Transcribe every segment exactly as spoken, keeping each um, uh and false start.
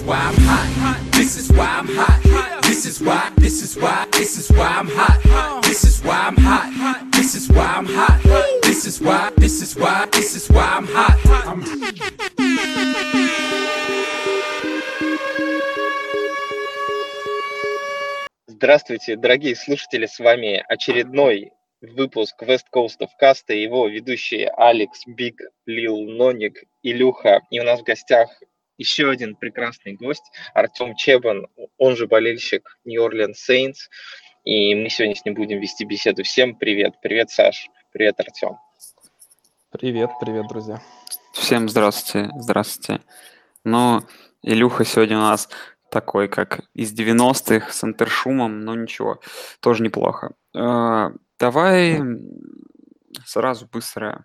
why I'm hot. This is why I'm hot. This is why, this is why, this is why I'm hot. This is why I'm hot. This is why I'm hot. This is why, this is why, this is why I'm hot. I'm Здравствуйте, дорогие слушатели, с вами очередной выпуск West Coast of Cast и его ведущие Алекс, Биг, Лил, Ноник, Илюха. И у нас в гостях еще один прекрасный гость, Артем Чебан, он же болельщик New Orleans Saints. И мы сегодня с ним будем вести беседу. Всем привет. Привет, Саш. Привет, Артем. Привет, привет, друзья. Всем здравствуйте, здравствуйте. Ну, Илюха сегодня у нас такой, как из девяностых, с интершумом, но ничего, тоже неплохо. Э, давай сразу быстро,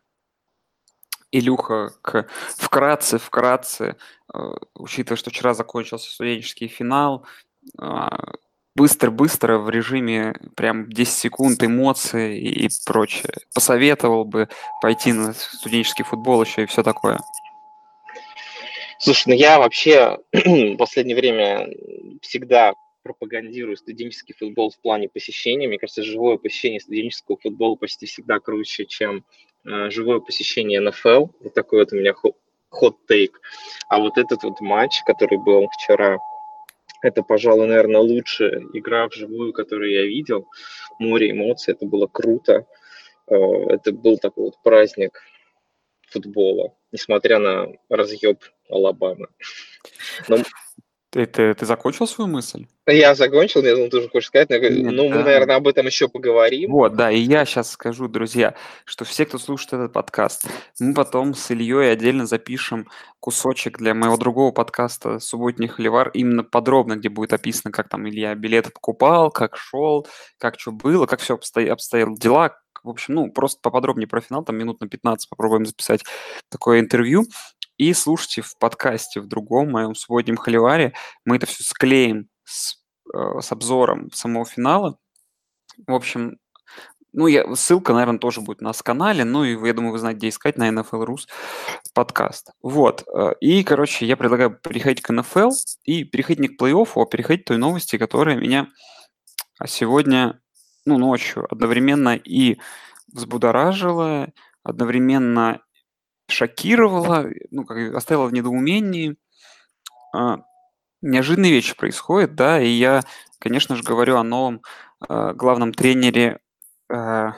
Илюха, к... вкратце, вкратце, э, учитывая, что вчера закончился студенческий финал, э, быстро-быстро в режиме прям десять секунд эмоций и прочее. Посоветовал бы пойти на студенческий футбол еще и все такое. Слушай, ну я вообще в последнее время всегда пропагандирую студенческий футбол в плане посещения. Мне кажется, живое посещение студенческого футбола почти всегда круче, чем э, живое посещение эн эф эл. Вот такой вот у меня хот-тейк. А вот этот вот матч, который был вчера, это, пожалуй, наверное, лучшая игра вживую, которую я видел. Море эмоций, это было круто. Э, это был такой вот праздник футбола, несмотря на разъеб Алабамы. Но... Ты, ты, ты закончил свою мысль? Я закончил, я думал, ты уже хочешь сказать, но Нет, ну, мы, да. наверное, об этом еще поговорим. Вот, да, и я сейчас скажу, друзья, что все, кто слушает этот подкаст, мы потом с Ильей отдельно запишем кусочек для моего другого подкаста «Субботний холивар», именно подробно, где будет описано, как там Илья билеты покупал, как шел, как что было, как все обстоя- обстояли дела. В общем, ну, просто поподробнее про финал, там минут на пятнадцать попробуем записать такое интервью. И слушайте в подкасте в другом моем субботнем холиваре. Мы это все склеим с, э, с обзором самого финала. В общем, ну, я, ссылка, наверное, тоже будет у нас в канале. Ну, и я думаю, вы знаете, где искать, на эн эф эл Rus подкаст. Вот. э, И, короче, я предлагаю переходить к эн эф эл и переходить не к плей-оффу, а переходить к той новости, которая меня сегодня, ну, ночью одновременно и взбудоражила, одновременно шокировала, ну, как и оставила в недоумении. А, Неожиданные вещи происходят, да, и я, конечно же, говорю о новом э, главном тренере э,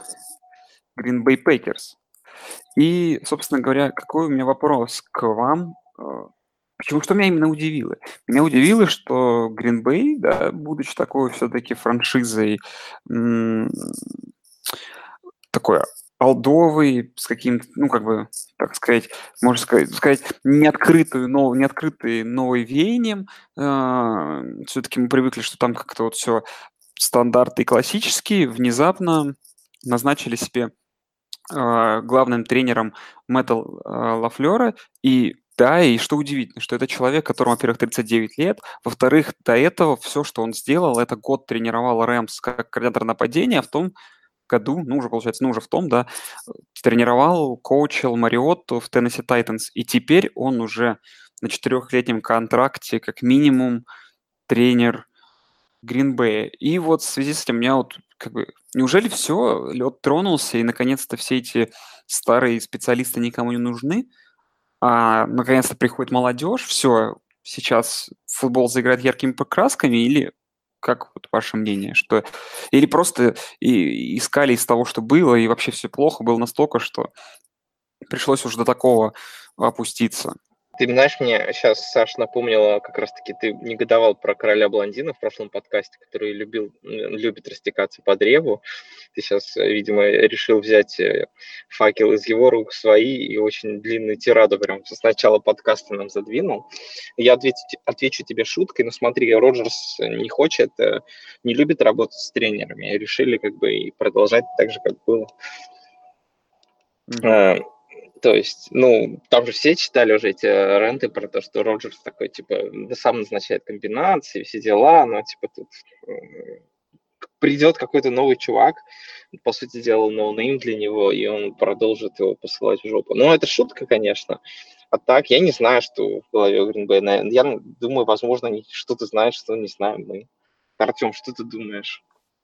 Green Bay Packers. И, собственно говоря, какой у меня вопрос к вам? э, Почему, что меня именно удивило? Меня удивило, что Green Bay, да, будучи такой все-таки франшизой, м, такой олдовый, с каким-то, ну, как бы, так сказать, можно сказать, сказать неоткрытую, нов, неоткрытый новый веянием. Все-таки мы привыкли, что там как-то вот все стандарты классические. Внезапно назначили себе э, главным тренером Мэтта э, Лафлера. И да, и что удивительно, что это человек, которому, во-первых, тридцать девять лет, во-вторых, до этого все, что он сделал, это год тренировал Рэмс как координатор нападения, а в том году, ну, уже, получается, ну, уже в том, да, тренировал, коучил Мариотту в Теннесси Тайтанс, и теперь он уже на четырехлетнем контракте, как минимум, тренер Гринбэя. И вот в связи с этим у меня вот, как бы, неужели все, лед тронулся, и, наконец-то, все эти старые специалисты никому не нужны, а, наконец-то приходит молодежь, все, сейчас футбол заиграет яркими красками, или как вот ваше мнение, что или просто и, искали из того, что было, и вообще все плохо было настолько, что пришлось уже до такого опуститься. Ты знаешь, мне сейчас, Саш, напомнила, как раз-таки ты негодовал про короля блондина в прошлом подкасте, который любил, любит растекаться по древу. Ты сейчас, видимо, решил взять факел из его рук свои и очень длинную тираду прям с начала подкаста нам задвинул. Я отвечу, отвечу тебе шуткой, но смотри, Роджерс не хочет, не любит работать с тренерами. Решили как бы и продолжать так же, как было. Mm-hmm. То есть, ну, там же все читали уже эти ренты про то, что Роджерс такой, типа, сам назначает комбинации, все дела, но, типа, тут э, придет какой-то новый чувак, по сути дела, ноунейм для него, и он продолжит его посылать в жопу. Ну, это шутка, конечно, А так, я не знаю, что в голове у Green Bay. На- Я думаю, возможно, они что-то знают, что не знаем мы. Артем, что ты думаешь?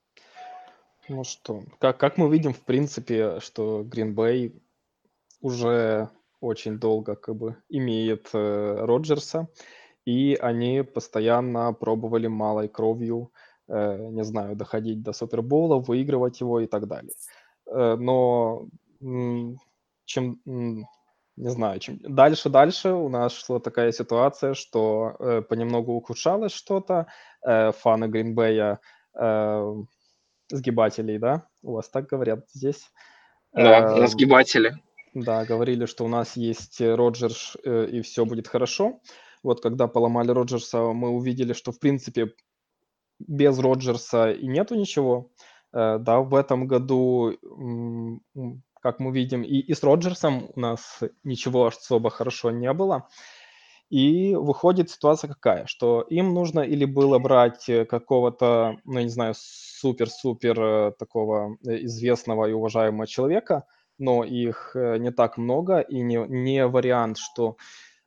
Ну что, как, как мы видим, в принципе, что Green Bay уже очень долго как бы имеет э, Роджерса, и они постоянно пробовали малой кровью, э, не знаю, доходить до Супербола, выигрывать его и так далее. Э, но м, чем, м, не знаю, чем дальше дальше у нас шла такая ситуация, что э, понемногу ухудшалось что-то. Э, фаны Гринбея, э, сгибателей, да, у вас так говорят здесь. Да, Э, на сгибатели. да, говорили, что у нас есть э, Роджерс, э, и все будет хорошо. Вот когда поломали Роджерса, мы увидели, что, в принципе, без Роджерса и нету ничего. Э, да, в этом году, м, м, как мы видим, и, и с Роджерсом у нас ничего особо хорошо не было. И выходит ситуация какая, что им нужно или было брать э, какого-то, ну, я не знаю, супер-супер э, такого э, известного и уважаемого человека, но их э, не так много, и не, не вариант, что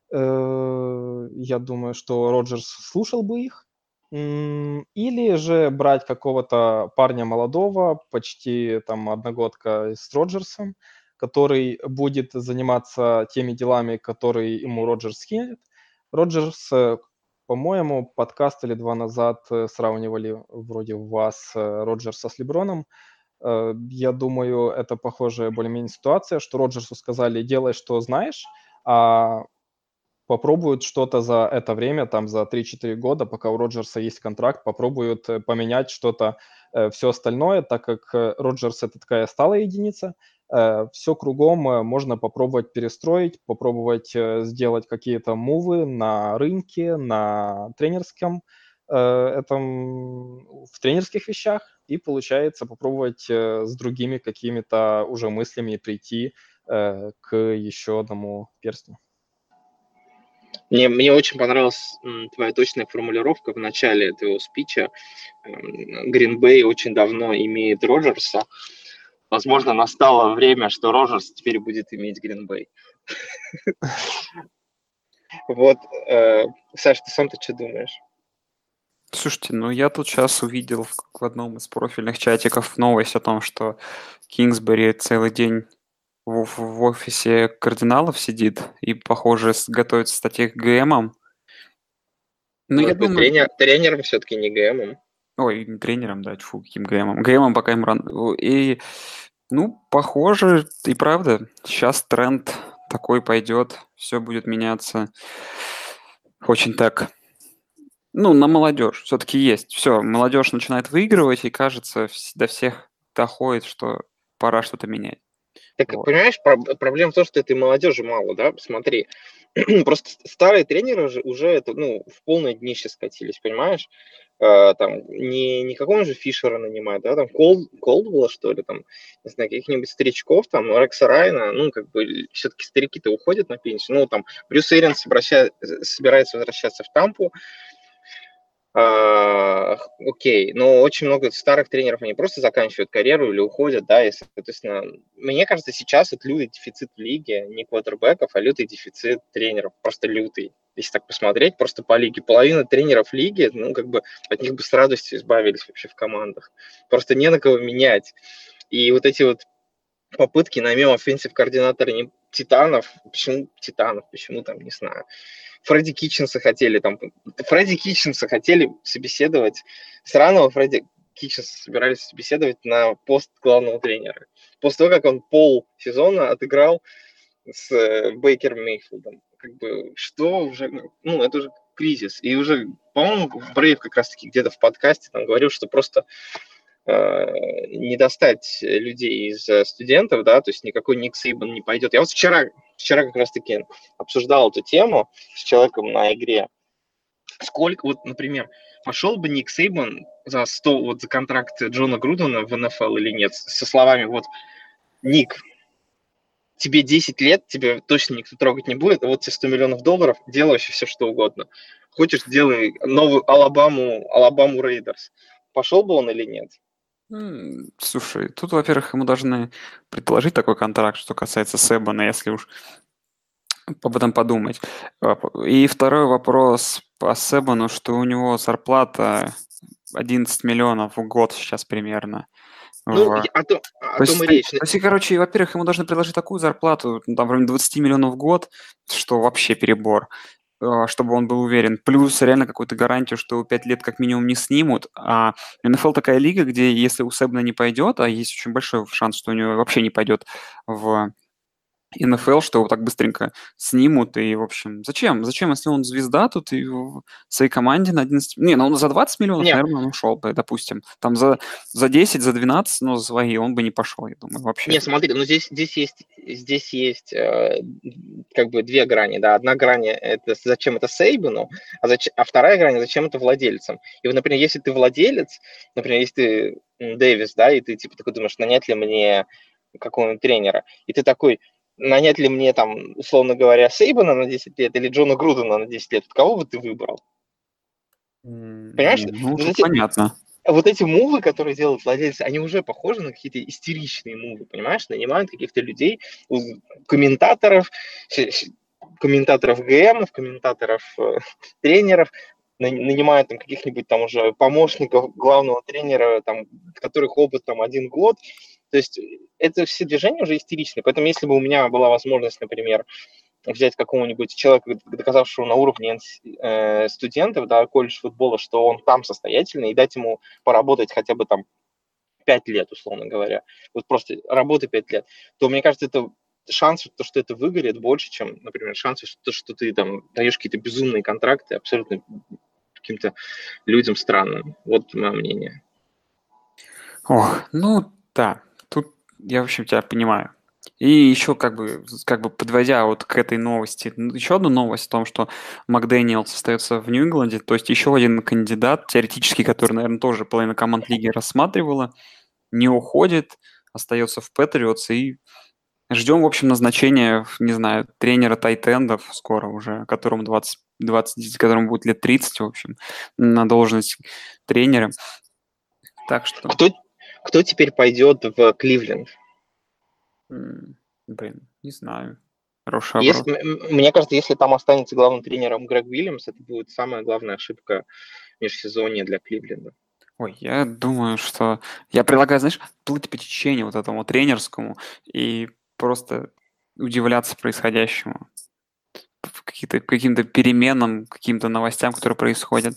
э, я думаю, что Роджерс слушал бы их. М, Или же брать какого-то парня молодого, почти там одногодка с Роджерсом, который будет заниматься теми делами, которые ему Роджерс кинет. Роджерс, э, по-моему, подкаст или два назад э, сравнивали вроде вас э, Роджерса с Леброном. Э, Я думаю, это похожая более-менее ситуация, что Роджерсу сказали, делай, что знаешь, а попробуют что-то за это время, там за три-четыре года, пока у Роджерса есть контракт, попробуют э, поменять что-то, э, все остальное, так как э, Роджерс это такая сталая единица, э, все кругом э, можно попробовать перестроить, попробовать э, сделать какие-то мувы на рынке, на тренерском, э, этом, в тренерских вещах, и получается попробовать э, с другими какими-то уже мыслями прийти э, к еще одному перстню. Мне, мне очень понравилась м, твоя точная формулировка в начале твоего спича. Green Bay очень давно имеет Роджерса. Возможно, настало время, что Роджерс теперь будет иметь Green Bay. Вот, э, Саш, ты сам-то что думаешь? Слушайте, ну я тут сейчас увидел в, в одном из профильных чатиков новость о том, что Кингсбери целый день в, в- в офисе кардиналов сидит и, похоже, с- готовится стать их ГМом. Ну, я Может быть, думаю, тренер, тренером все-таки, не ГМом? ой, не тренером, да, тьфу, каким ГМом. ГМом пока им рано. И, ну, похоже, и правда, сейчас тренд такой пойдет, все будет меняться очень так. Ну, на молодежь все-таки есть. Все, молодежь начинает выигрывать, и кажется, вс- до всех доходит, что пора что-то менять. Так, Вот. понимаешь, проб- проблема в том, что этой молодежи мало, да? Посмотри, просто ст- старые тренеры уже, уже это, ну, в полное днище скатились, понимаешь? Э, там, не, не какого же Фишера нанимать, да, там, Кол, Колдвелла, что ли, там, не знаю, каких-нибудь старичков, там, Рекса Райна, ну, как бы, все-таки старики-то уходят на пенсию, ну, там, Брюс Эрианс обращает- собирается возвращаться в Тампу. А, окей, но очень много старых тренеров, они просто заканчивают карьеру или уходят, да, и, соответственно, мне кажется, сейчас это лютый дефицит в лиге, не квотербеков, а лютый дефицит тренеров, просто лютый. Если так посмотреть, просто по лиге. Половина тренеров лиги, ну, как бы от них бы с радостью избавились вообще в командах. Просто не на кого менять. И вот эти вот попытки наймем оффенсив координатора не Титанов, почему Титанов, почему там, не знаю, Фредди Китченса хотели там, Фредди Китченса хотели собеседовать, сраного Фредди Китченса собирались собеседовать на пост главного тренера. После того, как он пол сезона отыграл с э, Бейкером Мейфилдом. Как бы, что уже, ну, это уже кризис. И уже, по-моему, Брейв как раз-таки где-то в подкасте там говорил, что просто э, не достать людей из э, студентов, да, то есть никакой Ник Сейбан не пойдет. Я вот вчера, вчера как раз-таки обсуждал эту тему с человеком на игре. Сколько, вот, например, пошел бы Ник Сейбан за сто, вот за контракт Джона Грудена в эн эф эл или нет, со словами, вот, Ник, тебе десять лет, тебе точно никто трогать не будет, а вот тебе сто миллионов долларов, делай вообще все, что угодно. Хочешь, делай новую Алабаму, Алабаму Рейдерс. Пошел бы он или нет? М, Слушай, тут, во-первых, ему должны предложить такой контракт, что касается Себана, если уж об этом подумать. А, п- И второй вопрос по Себану, что у него зарплата одиннадцать миллионов в год сейчас примерно. Ну, В- и о том, о То том есть, и то речь. есть, и, короче, во-первых, ему должны предложить такую зарплату, ну, там, в районе двадцать миллионов в год, что вообще перебор, а, чтобы он был уверен. Плюс реально какую-то гарантию, что пять лет как минимум не снимут. А эн эф эл такая лига, где если у Себна не пойдет, а есть очень большой шанс, что у него вообще не пойдет в эн эф эл, что его так быстренько снимут. И, в общем, зачем? Зачем, если он звезда тут и в своей команде на одиннадцать... Не, ну он за двадцать миллионов, Не, наверное, он ушел бы, допустим. Там за, за десять, за двенадцать, ну, за свои он бы не пошел, я думаю, вообще. не, смотри, ну здесь, здесь есть, здесь есть э, как бы две грани, да. Одна грань это зачем это Сейбану, а, зач- а вторая грань зачем это владельцам. И вот, например, если ты владелец, например, если ты м, Дэвис, да, и ты типа такой думаешь, нанять ли мне какого-нибудь тренера, и ты такой, нанять ли мне там, условно говоря, Сейбана на десять лет или Джона Грудена на десять лет, кого бы ты выбрал? М, Понимаешь? Не, ну, Вот тут эти, понятно. вот эти мувы, которые делают владельцы, они уже похожи на какие-то истеричные мувы, понимаешь? Нанимают каких-то людей, уз- комментаторов, щ- щ- комментаторов ГМов, комментаторов, э, тренеров, на- нанимают там каких-нибудь там уже помощников главного тренера, там, у которых опыт там один год. То есть э, это все движения уже истеричные. Поэтому если бы у меня была возможность, например, взять какого-нибудь человека, доказавшего на уровне э, студентов, да, колледж футбола, что он там состоятельный, и дать ему поработать хотя бы там пять лет, условно говоря, вот просто работы пять лет, то, мне кажется, это шанс, то, что это выгорит, больше, чем, например, шансы, что, что ты там даешь какие-то безумные контракты абсолютно каким-то людям странным. Вот мое мнение. Ох, ну да, тут я, в общем, тебя понимаю. И еще как бы, как бы подводя вот к этой новости, ну, еще одну новость о том, что Макдэниелс остается в Нью-Ингланде, то есть еще один кандидат, теоретически, который, наверное, тоже половина команд лиги рассматривала, не уходит, остается в Патриотс, и ждем, в общем, назначения, не знаю, тренера тайтендов скоро уже, которому двадцать, двадцать, которому будет лет тридцать, в общем, на должность тренера. Так что... Кто, кто теперь пойдет в Кливленд? М, Блин, не знаю. Хороший вопрос. Если, мне кажется, если там останется главным тренером Грег Уильямс, это будет самая главная ошибка межсезонья для Кливленда. Ой, я думаю, что я предлагаю, знаешь, плыть по течению вот этому тренерскому и просто удивляться происходящему, в какие-то, каким-то переменам, каким-то новостям, которые происходят.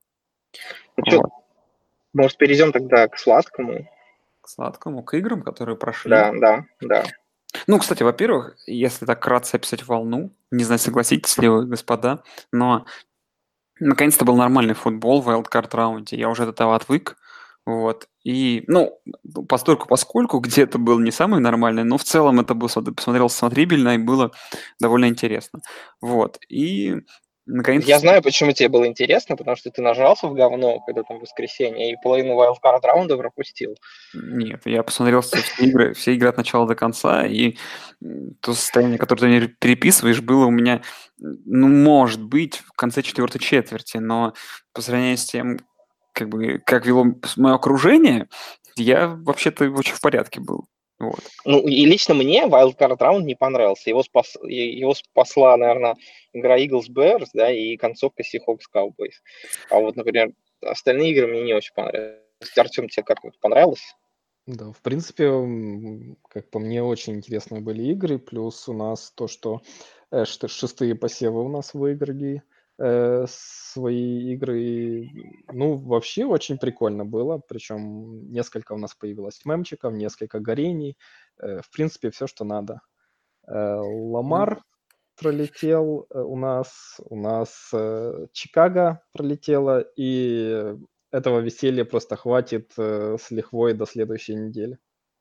Ну что, Вот. может, перейдем тогда к сладкому? К сладкому, к играм, которые прошли. Да, да, да. Ну, кстати, во-первых, если так кратко описать волну, не знаю, согласитесь ли вы, господа, но наконец-то был нормальный футбол в wildcard раунде. Я уже от этого отвык. Вот. И, ну, постольку поскольку где-то был не самый нормальный, но в целом это было, посмотрелось смотрибельно и было довольно интересно. Вот. И, наконец-то... Я знаю, почему тебе было интересно, потому что ты нажрался в говно, когда там воскресенье, и половину wildcard раунда пропустил. Нет, я посмотрел все игры, все игры от начала до конца, и м, то состояние, которое ты мне переписываешь, было у меня, ну, может быть, в конце четвертой четверти, но по сравнению с тем, как бы, как вело мое окружение, я вообще-то очень в порядке был. Вот. Ну, и лично мне wildcard раунд не понравился. Его, спас, его спасла, наверное, игра Eagles Bears, да, и концовка Seahawks Cowboys. А вот, например, остальные игры мне не очень понравились. Артем, тебе как вот понравилось? Да, в принципе, м, как по мне, очень интересные были игры. Плюс у нас то, что э, ш- шестые посевы у нас выиграли э, свои игры. И, ну, вообще очень прикольно было. Причем несколько у нас появилось мемчиков, несколько горений. Э, в принципе, все, что надо. Э, Ламар пролетел э, у нас, у нас э, Чикаго пролетело, и этого веселья просто хватит э, с лихвой до следующей недели.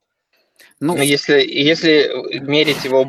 Ну, Ну, если, если мерить его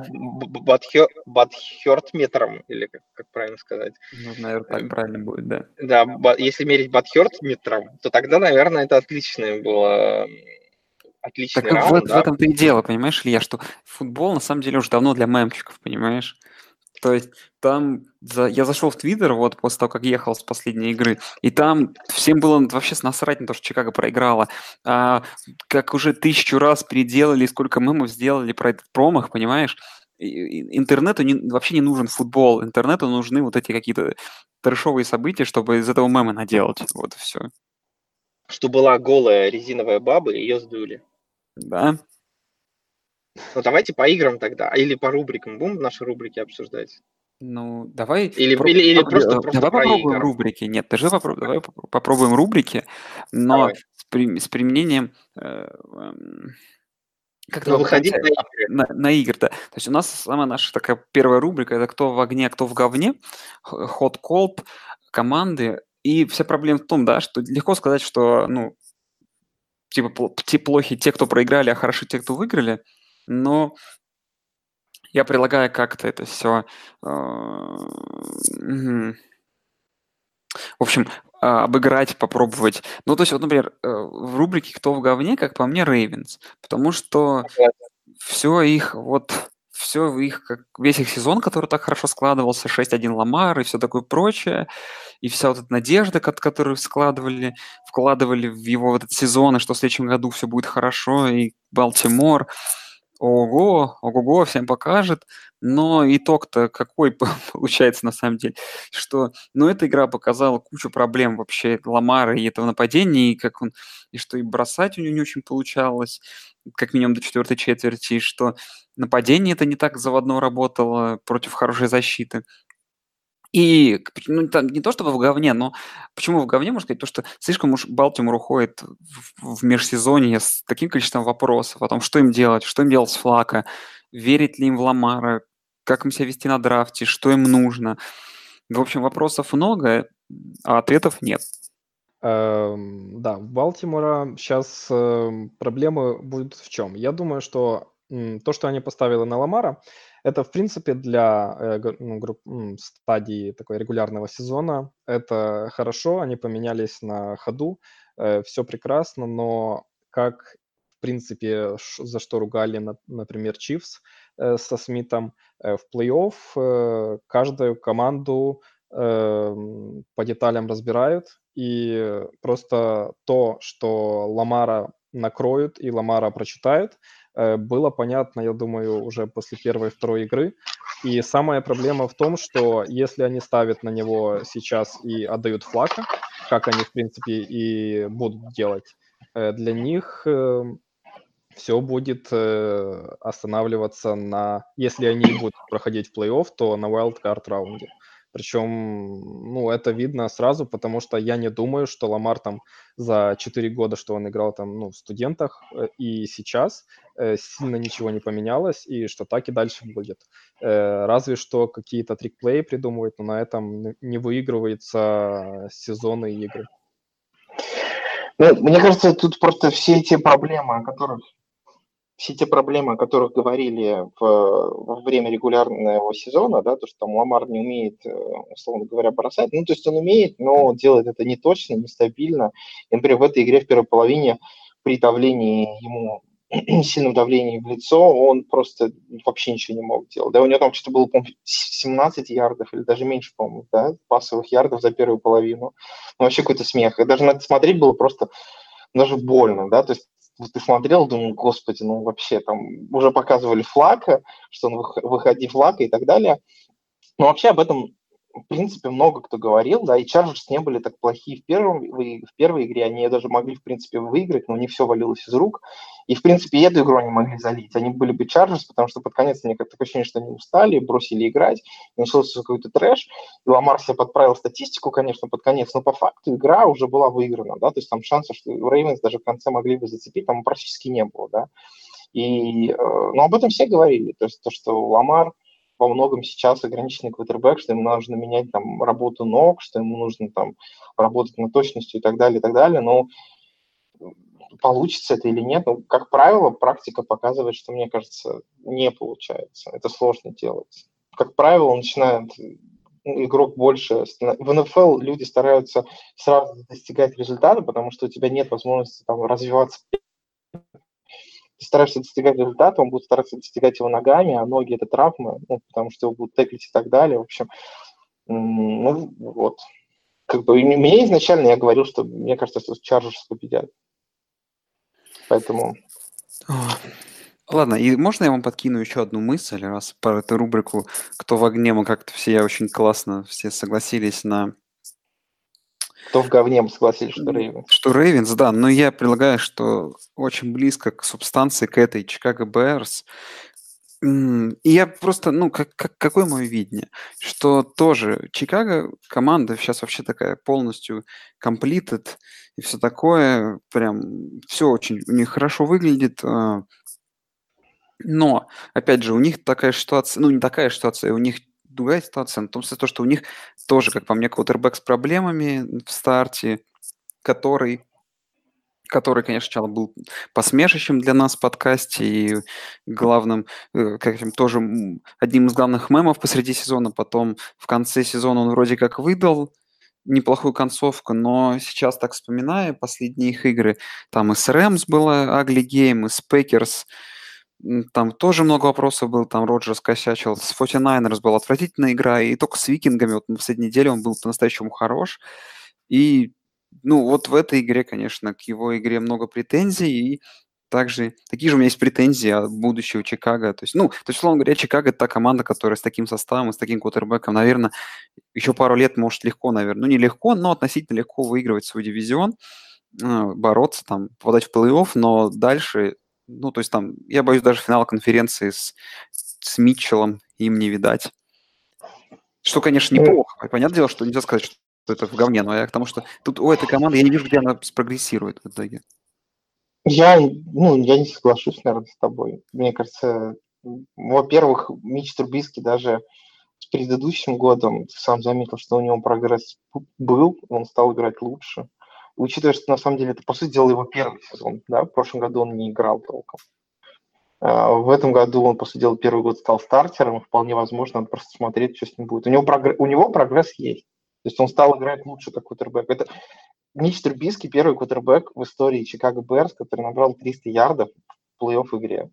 бадхерт метром, или как, как правильно сказать, ну, наверное, так правильно будет, да. да, ба- если мерить бадхерт метром, то тогда, наверное, это отличное было, отличный Так в, раунд, в да. этом-то и дело, понимаешь, Илья, что футбол на самом деле уже давно для мемчиков, понимаешь? То есть там за- я зашел в Твиттер вот после того, как ехал с последней игры, и там всем было вообще насрать на то, что Чикаго проиграла. А, как уже тысячу раз переделали, сколько мемов сделали про этот промах, понимаешь? интернету не, вообще не нужен футбол, интернету нужны вот эти какие-то трэшовые события, чтобы из этого мемы наделать. Вот и все. Что была голая резиновая баба, и ее сдули. Да. Ну, давайте по играм тогда, или по рубрикам. Будем наши рубрики обсуждать? Ну, давай, Или, про- или, или про- просто, э, просто давай про попробуем игры. рубрики. Нет, даже попро- давай поп- попробуем рубрики, но Давай. с, при- с применением, э, эм, как это Ну, вам выходить понять? на игры. на, на игры, да. То есть у нас самая наша такая первая рубрика — это кто в огне, а кто в говне, hot cold, команды. И вся проблема в том, да, что легко сказать, что, ну, типа пл- те плохи те, кто проиграли, а хороши те, кто выиграли, но я предлагаю как-то это все... В общем, а, обыграть, попробовать. Ну, то есть, вот, например, э, в рубрике «Кто в говне», как по мне, Рейвенс, потому что все их, вот, все их, как весь их сезон, который так хорошо складывался, шесть один Ламар и все такое прочее, и вся вот эта надежда, кот- которую складывали, вкладывали в его вот этот сезон, и что в следующем году все будет хорошо, и Балтимор, ого, ого-го, всем покажет. Но итог-то какой по- получается на самом деле, что, ну, эта игра показала кучу проблем вообще Ламара и этого нападения, и как он, и что и бросать у него не очень получалось, как минимум до четвертой четверти, и что нападение это не так заводно работало против хорошей защиты. И, к- ну, там не то чтобы в говне, но почему в говне, можно сказать, то, что слишком уж Балтимор уходит в, в межсезонье с таким количеством вопросов о том, что им делать, что им делать с Флака, верить ли им в Ламара, как им себя вести на драфте, что им нужно. В общем, вопросов много, а ответов нет. Эм, Да, в Балтимора сейчас проблемы будут в чем? Я думаю, что м, то, что они поставили на Ламара, это, в принципе, для э, г- ну, групп- м, стадии такой регулярного сезона. Это хорошо, они поменялись на ходу, все прекрасно, но как, в принципе, ш- за что ругали, на- например, Чивс со Смитом, э, в плей-офф э, каждую команду эм, по деталям разбирают, и просто то, что Ламара накроют и Ламара прочитают, э, было понятно, я думаю, уже после первой и второй игры. И самая проблема в том, что если они ставят на него сейчас и отдают флака, как они, в принципе, и будут делать, э, для них все будет э, останавливаться на... Если они и будут проходить в плей-офф, то на wildcard раунде. Причем, ну, это видно сразу, потому что я не думаю, что Ламар там за четыре года, что он играл там, ну, в студентах, э, и сейчас э, сильно ничего не поменялось, и что так и дальше будет. Э, разве что какие-то трикплеи придумывают, но на этом н- не выигрываются сезоны и игры. Ну, мне кажется, тут просто все те проблемы, о которых все те проблемы, о которых говорили в, во время регулярного сезона, да, то, что там Ламар не умеет, э, условно говоря, бросать, ну, то есть он умеет, но делает это не точно, нестабильно. И, например, в этой игре в первой половине при давлении ему, сильном давлении в лицо, он просто вообще ничего не мог делать. Да, у него там что-то было, по-моему, семнадцать ярдов или даже меньше, по-моему, да, пассовых ярдов за первую половину. Ну, вообще какой-то смех. И даже на это смотреть было просто даже больно, да, то есть ты смотрел, думал, господи, ну вообще там уже показывали Флака, что он выходи Флака и так далее. Но вообще об этом, в принципе, много кто говорил, да, и Чарджерс не были так плохие в, первом, в первой игре, они даже могли, в принципе, выиграть, но не все валилось из рук. И, в принципе, эту игру они могли залить. Они были бы Чарджерс, потому что под конец мне как-то ощущение, что они устали, бросили играть, начался какой-то трэш. И Ламар себе подправил статистику, конечно, под конец, но по факту игра уже была выиграна, да, то есть там шансов, что Рейвенс даже в конце могли бы зацепить, там практически не было, да. И, э, но об этом все говорили, то есть то, что Ламар во многом сейчас ограниченный квотербек, что ему нужно менять там работу ног, что ему нужно там работать над точностью и так далее, и так далее. Но получится это или нет, ну, как правило, практика показывает, что, мне кажется, не получается. Это сложно делать. Как правило, он начинает ну, игрок больше... В эн эф эл люди стараются сразу достигать результата, потому что у тебя нет возможности там развиваться. Ты стараешься достигать результата, он будет стараться достигать его ногами, а ноги – это травмы, ну, потому что его будут теклить и так далее. В общем, ну, вот. Как бы мне изначально я говорил, что мне кажется, что Чарджерс победят. Поэтому... Ладно, и можно я вам подкину еще одну мысль, раз про эту рубрику «Кто в огне?» мы как-то все очень классно все согласились на... Кто в говне, мы согласились, что Рейвенс. Что Рейвенс, да, но я предлагаю, что очень близко к субстанции, к этой Чикаго Берс. И я просто, ну, как, как, какое мое видение? Что тоже Чикаго команда сейчас вообще такая полностью completed и все такое, прям все очень у них хорошо выглядит. а, Но, опять же, у них такая ситуация, ну, не такая ситуация, у них другая ситуация, в том смысле, то, что у них тоже, как по мне, квотербек с проблемами в старте, который который, конечно, сначала был посмешищем для нас в подкасте и главным, э, как им тоже м, одним из главных мемов посреди сезона. Потом в конце сезона он вроде как выдал неплохую концовку, но сейчас так вспоминая последние их игры, там и с Рэмс было ugly game, и с Пекерс, там тоже много вопросов было, там Роджерс косячил, с форти найнерс была отвратительная игра, и только с Викингами вот в последней неделе он был по-настоящему хорош. И, ну, вот в этой игре, конечно, к его игре много претензий, и также такие же у меня есть претензии от будущего Чикаго. То есть, ну, то есть, условно говоря, Чикаго — это та команда, которая с таким составом и с таким квотербеком, наверное, еще пару лет может легко, наверное, ну, не легко, но относительно легко выигрывать свой дивизион, э, бороться, там, попадать в плей-офф, но дальше, ну, то есть там, я боюсь, даже финала конференции с, с Митчеллом им не видать. Что, конечно, Ну, неплохо. Понятное дело, что нельзя сказать, что это в говне, но я к тому, что тут у этой команды я не вижу, где она спрогрессирует в итоге. Я, ну, я не соглашусь, наверное, с тобой. Мне кажется, м, во-первых, Мич Трубиски даже с предыдущим годом, ты сам заметил, что у него прогресс п- был, он стал играть лучше. Учитывая, что на самом деле это, по сути дела, его первый сезон, да, в прошлом году он не играл толком. А, В этом году он, по сути дела, первый год стал стартером, и вполне возможно, надо просто смотреть, что с ним будет. У него, прогресс, у него прогресс есть. То есть он стал играть лучше как квотербек. Это Мич Трубиски первый квотербек в истории Чикаго Берс, который набрал триста ярдов в плей-офф игре.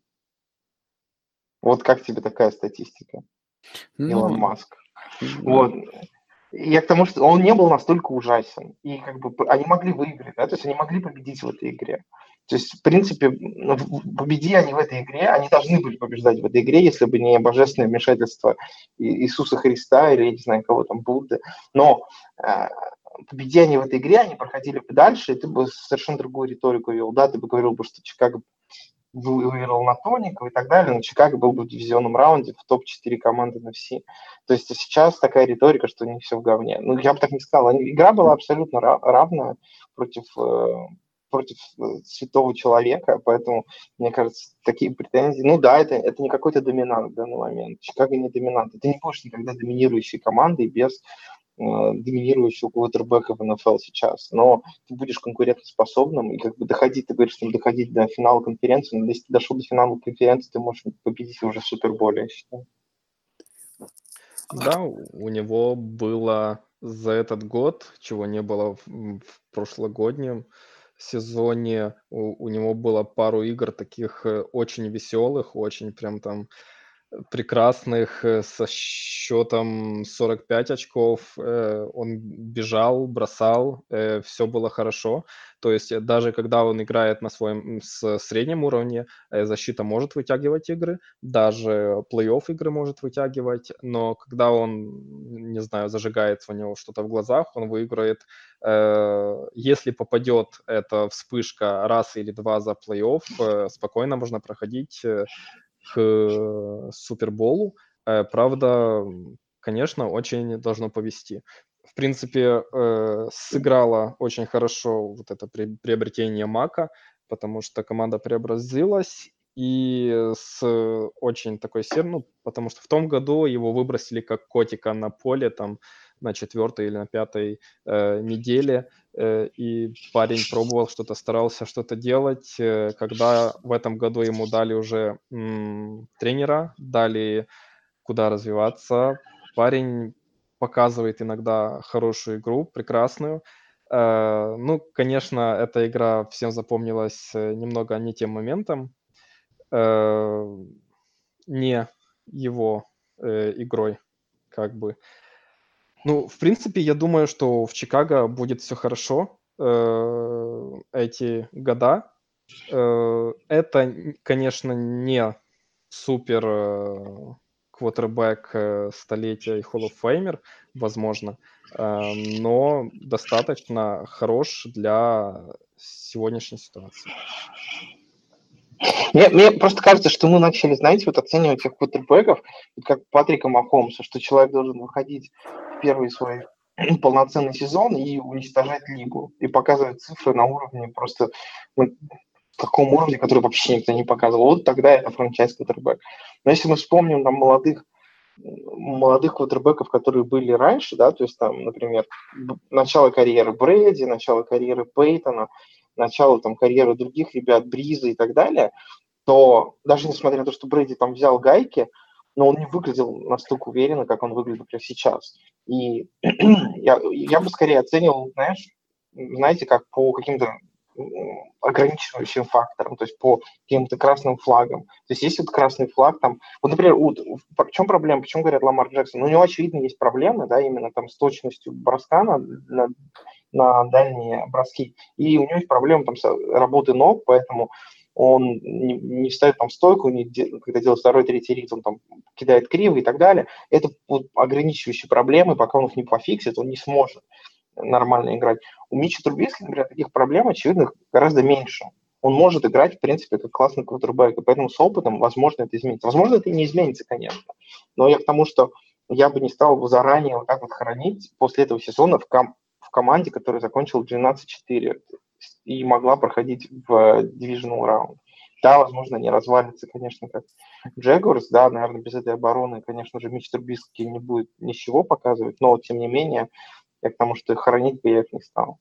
Вот как тебе такая статистика, Илон Ну, Маск? м, Вот. Я к тому, что он не был настолько ужасен. И как бы п- они могли выиграть, да, то есть они могли победить в этой игре. То есть, в принципе, ну, в- в- победи они в этой игре, они должны были побеждать в этой игре, если бы не божественное вмешательство И- Иисуса Христа или, я не знаю, кого там, Будды. Но э, победи они в этой игре, они проходили бы дальше, и ты бы совершенно другую риторику вел, да, ты бы говорил бы, что Чикаго вы- выиграл на тоников и так далее, но Чикаго был бы в дивизионном раунде в топ четыре команды на все. То есть сейчас такая риторика, что у них все в говне. Ну, я бы так не сказал. Они- Игра была абсолютно ра- равная против, э, против э, святого человека, поэтому, мне кажется, такие претензии... Ну да, это, это не какой-то доминант в данный момент. Чикаго не доминант. Ты не будешь никогда доминирующей командой без э, доминирующего квотербека в эн эф эл сейчас. Но ты будешь конкурентоспособным и как бы доходить, ты говоришь, что доходить до финала конференции, но если ты дошел до финала конференции, ты можешь победить уже в Суперболе, я считаю. Да, у у него было за этот год, чего не было в, м, в прошлогоднем сезоне, у, у него было пару игр таких э, очень веселых, очень прям там э, прекрасных, э, со счетом сорок пять очков. э, Он бежал, бросал, все было хорошо. То есть э, даже когда он играет на своем м, с среднем уровне, э, защита может вытягивать игры, даже плей-офф игры может вытягивать, но когда он, не знаю, зажигается у него что-то в глазах, он выиграет. Э, Если попадет эта вспышка раз или два за плей-офф, э, спокойно можно проходить э, к Суперболу. Э, Правда, м, конечно, очень должно повезти. В принципе, э, сыграло очень хорошо вот это при- приобретение Мака, потому что команда преобразилась и с очень такой сер, ну, потому что в том году его выбросили как котика на поле там на четвертой или на пятой э, неделе, э, и парень пробовал что-то, старался что-то делать. Э, Когда в этом году ему дали уже м, тренера, дали куда развиваться, парень показывает иногда хорошую игру, прекрасную. Э, Ну, конечно, эта игра всем запомнилась э, немного не тем моментом, э, не его э, игрой, как бы. Ну, в принципе, я думаю, что в Чикаго будет все хорошо э, эти года. Э, Это, н- конечно, не супер э, квотербек э, столетия и Hall of Famer, возможно, э, но достаточно хорош для сегодняшней ситуации. Мне, мне просто кажется, что мы начали, знаете, вот оценивать этих квотербеков, вот как Патрика Махомса, что человек должен выходить в первый свой полноценный сезон и уничтожать лигу, и показывать цифры на уровне просто ну, таком уровне, который вообще никто не показывал. Вот тогда это франчайз квотербек. Но если мы вспомним там молодых молодых квотербеков, которые были раньше, да, то есть там, например, б- начало карьеры Брэди, начало карьеры Пейтона, начало там карьеры других ребят, Бриза и так далее, то даже несмотря на то, что Брэди там взял гайки, но он не выглядел настолько уверенно, как он выглядит, например, сейчас. И я, я бы скорее оценивал, знаешь, знаете, как по каким-то м, ограничивающим факторам, то есть по каким-то красным флагам. То есть есть вот красный флаг там, вот, например, вот, в чем проблема, почему говорят Ламар Джексон? Ну, у него, очевидно, есть проблемы, да, именно там с точностью броска на, на, на дальние броски, и у него есть проблемы там с работой ног, поэтому он не, не встает там в стойку, не, когда делает второй, третий ритм, он там кидает криво и так далее. Это вот ограничивающие проблемы, пока он их не пофиксит, он не сможет нормально играть. У Митча Трубиски, например, таких проблем, очевидно, гораздо меньше. Он может играть, в принципе, как классный квотербек, и поэтому с опытом, возможно, это изменится. Возможно, это и не изменится, конечно. Но я к тому, что я бы не стал бы заранее вот так вот хоронить после этого сезона в, ком- в команде, которая закончила двенадцать четыре и могла проходить в дивизионал раунд. Да, возможно, они развалятся, конечно, как Джегорс, да, наверное, без этой обороны, конечно же, Митч Трубиски не будет ничего показывать, но, тем не менее, я к тому, что хоронить бы я их не стал.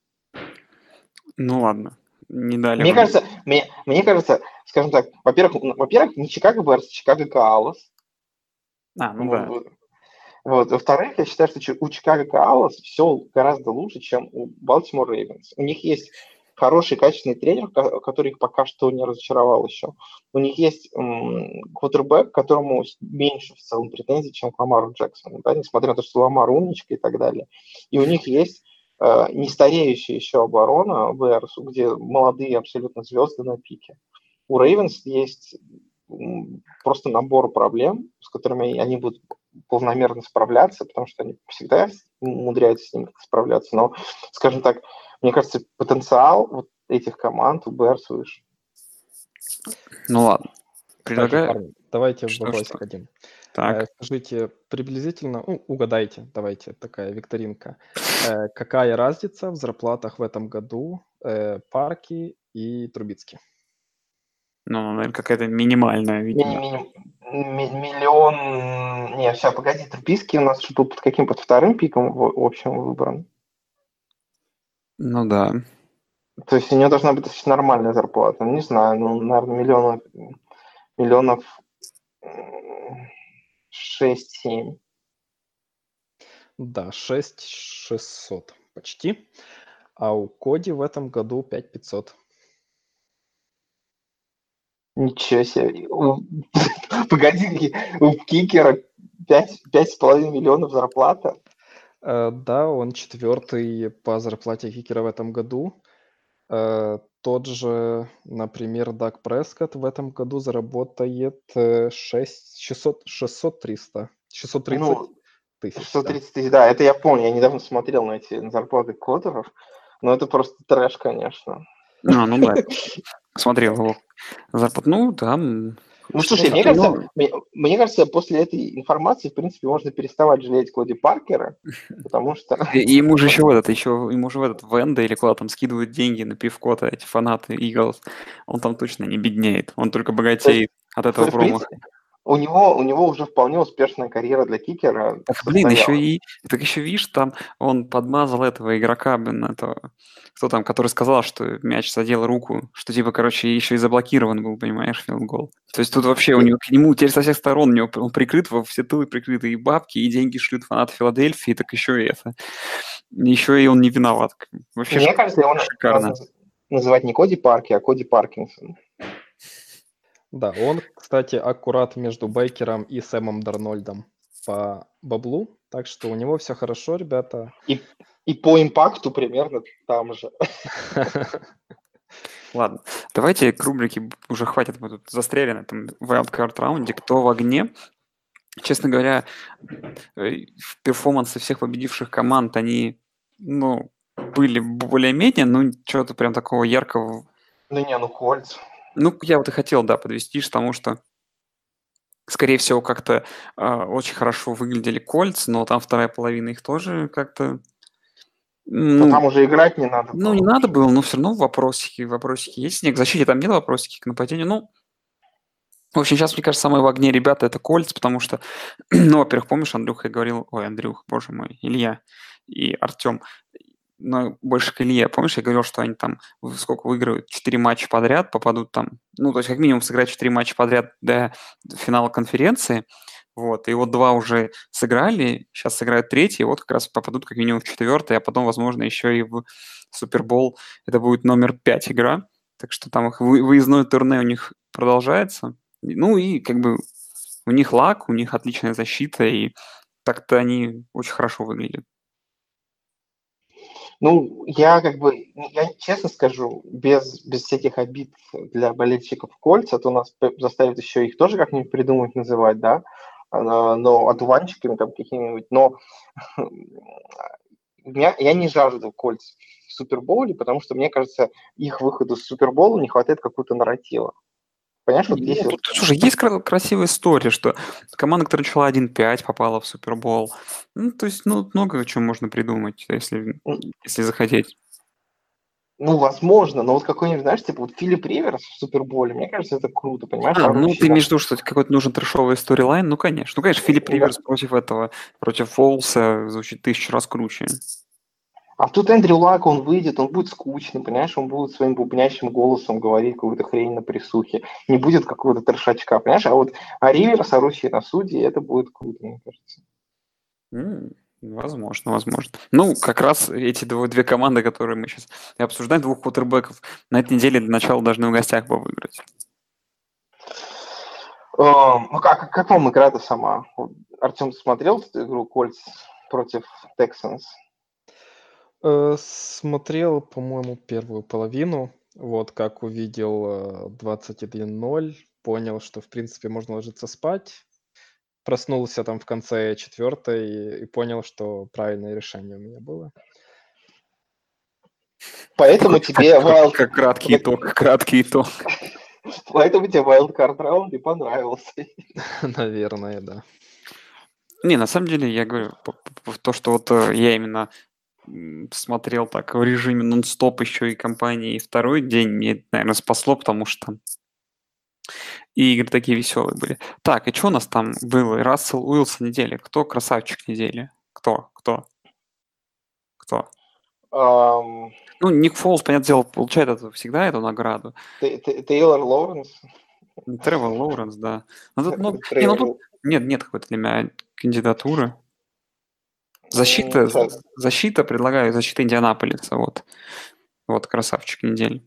Ну ладно, не дали Мне вам. кажется, мне, мне кажется, скажем так, во-первых, во-первых, не Чикаго Берс, Чикаго Коалас. А, ну да. Вот. Вот. Во-вторых, я считаю, что у Чикаго Коалас все гораздо лучше, чем у Балтимор Рейвенс. У них есть хороший, качественный тренер, который их пока что не разочаровал еще. У них есть м, квотербек, к которому меньше в целом претензий, чем к Ламару Джексону, да, несмотря на то, что Ламар умничка и так далее. И у них есть э, не стареющая еще оборона Берс, где молодые абсолютно звезды на пике. У Рейвенс есть м, просто набор проблем, с которыми они будут полномерно справляться, потому что они всегда умудряются с ними справляться. Но, скажем так, мне кажется, потенциал вот этих команд у Берс выше. Ну ладно. Кстати, Предлагаю... парни, давайте Что, вопросик что? один. Э, Так. Скажите приблизительно, ну, угадайте, давайте, такая викторинка. Э, Какая разница в зарплатах в этом году э, Парки и Трубицки? Ну, наверное, какая-то минимальная, Ми- видимо. ми- ми- Миллион... Не, сейчас, погоди, Трубиский у нас что был под каким? Под вторым пиком в в общем выбран. Ну да. То есть у него должна быть достаточно нормальная зарплата. Ну, не знаю, ну, наверное, миллионов, миллионов м, шесть-семь. Да, шесть тысяч шестьсот почти. А у Коди в этом году пять тысяч пятьсот. Ничего себе. У- Погоди, у кикера пять с половиной миллионов зарплата. Э, Да, он четвертый по зарплате кикера в этом году. Э, Тот же, например, Даг Прескотт в этом году заработает э, шесть шестьсот шестьсот триста шестьсот тридцать Ну, тысяч, да. шестьсот тридцать тысяч, да, это я помню. Я недавно смотрел на эти зарплаты квотеров. Но это просто трэш, конечно. А, ну да. Смотрел его зарплату. Ну, там... Ну, Что слушай, мне за- кажется, ну, мне, мне кажется, после этой информации, в принципе, можно переставать жалеть Коди Паркера, потому что... и, и ему же еще в этот, еще ему же в этот Венда или куда там скидывают деньги на пивко-то эти фанаты Eagles. Он там точно не беднеет. Он только То есть, богатеет от этого в промаха. принципе, у него, у него уже вполне успешная карьера для кикера Так, блин, еще состоялась. и... Так еще, видишь, там он подмазал этого игрока, блин, этого... Кто там, который сказал, что мяч задел руку, что типа, короче, еще и заблокирован был, понимаешь, филд-гол. То есть тут вообще у него, к нему теперь со всех сторон, у него он прикрыт, во все тылы прикрыты, и бабки, и деньги шлют фанаты Филадельфии, так еще и это. Еще и он не виноват. Вообще Мне кажется, его шикарно. надо называть не Коди Парки, а Коди Паркинсон. Да, он, кстати, аккурат между Бейкером и Сэмом Дарнольдом по баблу, так что у него все хорошо, ребята. И, и по импакту примерно там же. Ладно, давайте к рубрике б- уже хватит, мы тут застряли на этом wildcard раунде. Кто в огне? Честно говоря, э, в перформансы всех победивших команд, они, ну, были более-менее, но что-то прям такого яркого. Ну не, ну Кольц. Ну, я вот и хотел, да, подвести к тому, что, скорее всего, как-то а, очень хорошо выглядели Кольц, но там вторая половина их тоже как-то, Но ну, там уже играть не надо ну, не было. надо было, но все равно вопросики, вопросики есть. Нет, к защите там нет вопросики, к нападению. Ну, в общем, сейчас, мне кажется, самые в огне ребята — это Кольц, потому что, ну, во-первых, помнишь, Андрюха говорил, ой, Андрюх, боже мой, Илья и Артем, но больше к Илье, помнишь, я говорил, что они там в- сколько выиграют, четыре матча подряд, попадут там, ну, то есть как минимум сыграть четыре матча подряд до финала конференции, вот, и вот два уже сыграли, сейчас сыграют третий, и вот как раз попадут как минимум в четвертый, а потом, возможно, еще и в Супербол. Это будет номер пять игра, так что там их вы- выездной турне у них продолжается. Ну и как бы у них лак, у них отличная защита, и так-то они очень хорошо выглядят. Ну, я как бы, я честно скажу, без, без всяких обид для болельщиков Кольца, то нас п- заставит еще их тоже как-нибудь придумать, называть, да, А, но одуванчиками там какими-нибудь, но меня, я не жажду Кольц в Супербоуле, потому что, мне кажется, их выходу с Супербола не хватает какого-то нарратива. Понимаешь, вот Не, здесь Ну, вот, тут, слушай, есть кра- красивая история, что команда, которая начала один пять, попала в Супербол. Ну, то есть, ну, много чего можно придумать, если, м, если захотеть. ну, возможно, но вот какой-нибудь, знаешь, типа вот Филипп Риверс в Суперболе, мне кажется, это круто, понимаешь, А, ну орущий ты там. имеешь в виду, что какой-то нужен трэшовый сторилайн? Ну, конечно. Ну, конечно, Филипп Да. Риверс против этого, против Фолса звучит тысячу раз круче. А тут Эндрю Лак, он выйдет, он будет скучный, понимаешь, он будет своим бубнящим голосом говорить какую-то хрень на присухе. Не будет какого-то трешачка, понимаешь? А вот а Риверс, орущий на судьи, это будет круто, мне кажется. М, Возможно, возможно. Ну, как раз эти дво- две команды, которые мы сейчас обсуждаем, двух квотербеков, на этой неделе для начала должны в гостях бы выиграть. Эм, Ну как, как вам игра-то сама? Вот, Артем, ты смотрел эту игру Кольц против Texans? Э, Смотрел, по-моему, первую половину. Вот как увидел э, двадцать один ноль, понял, что, в принципе, можно ложиться спать. Проснулся там в конце четвертой и, и понял, что правильное решение у меня было. Поэтому Как, тебе как- wild, как краткий итог, краткий итог. поэтому тебе wildcard раунд и понравился. Наверное, да. Не, на самом деле, я говорю, п- п- п- то, что вот э, я именно м, смотрел так в режиме нон-стоп еще и компании, и второй день мне, наверное, спасло, потому что и игры такие веселые были. Так, и что у нас там было? Рассел Уилсон недели. Кто красавчик недели? Кто? Кто? Кто? Ам, Ну, Ник Фолс, понятное дело, получает это, всегда эту награду. Т- Т- Тейлор Лоуренс. Ну, Тревор Лоуренс, да. Но тут много... Не, ну Тревор. тут нет, нет какой-то для меня кандидатуры. М, Защита, щас. защита, предлагаю, защита Индианаполиса, вот. Вот, красавчик недели.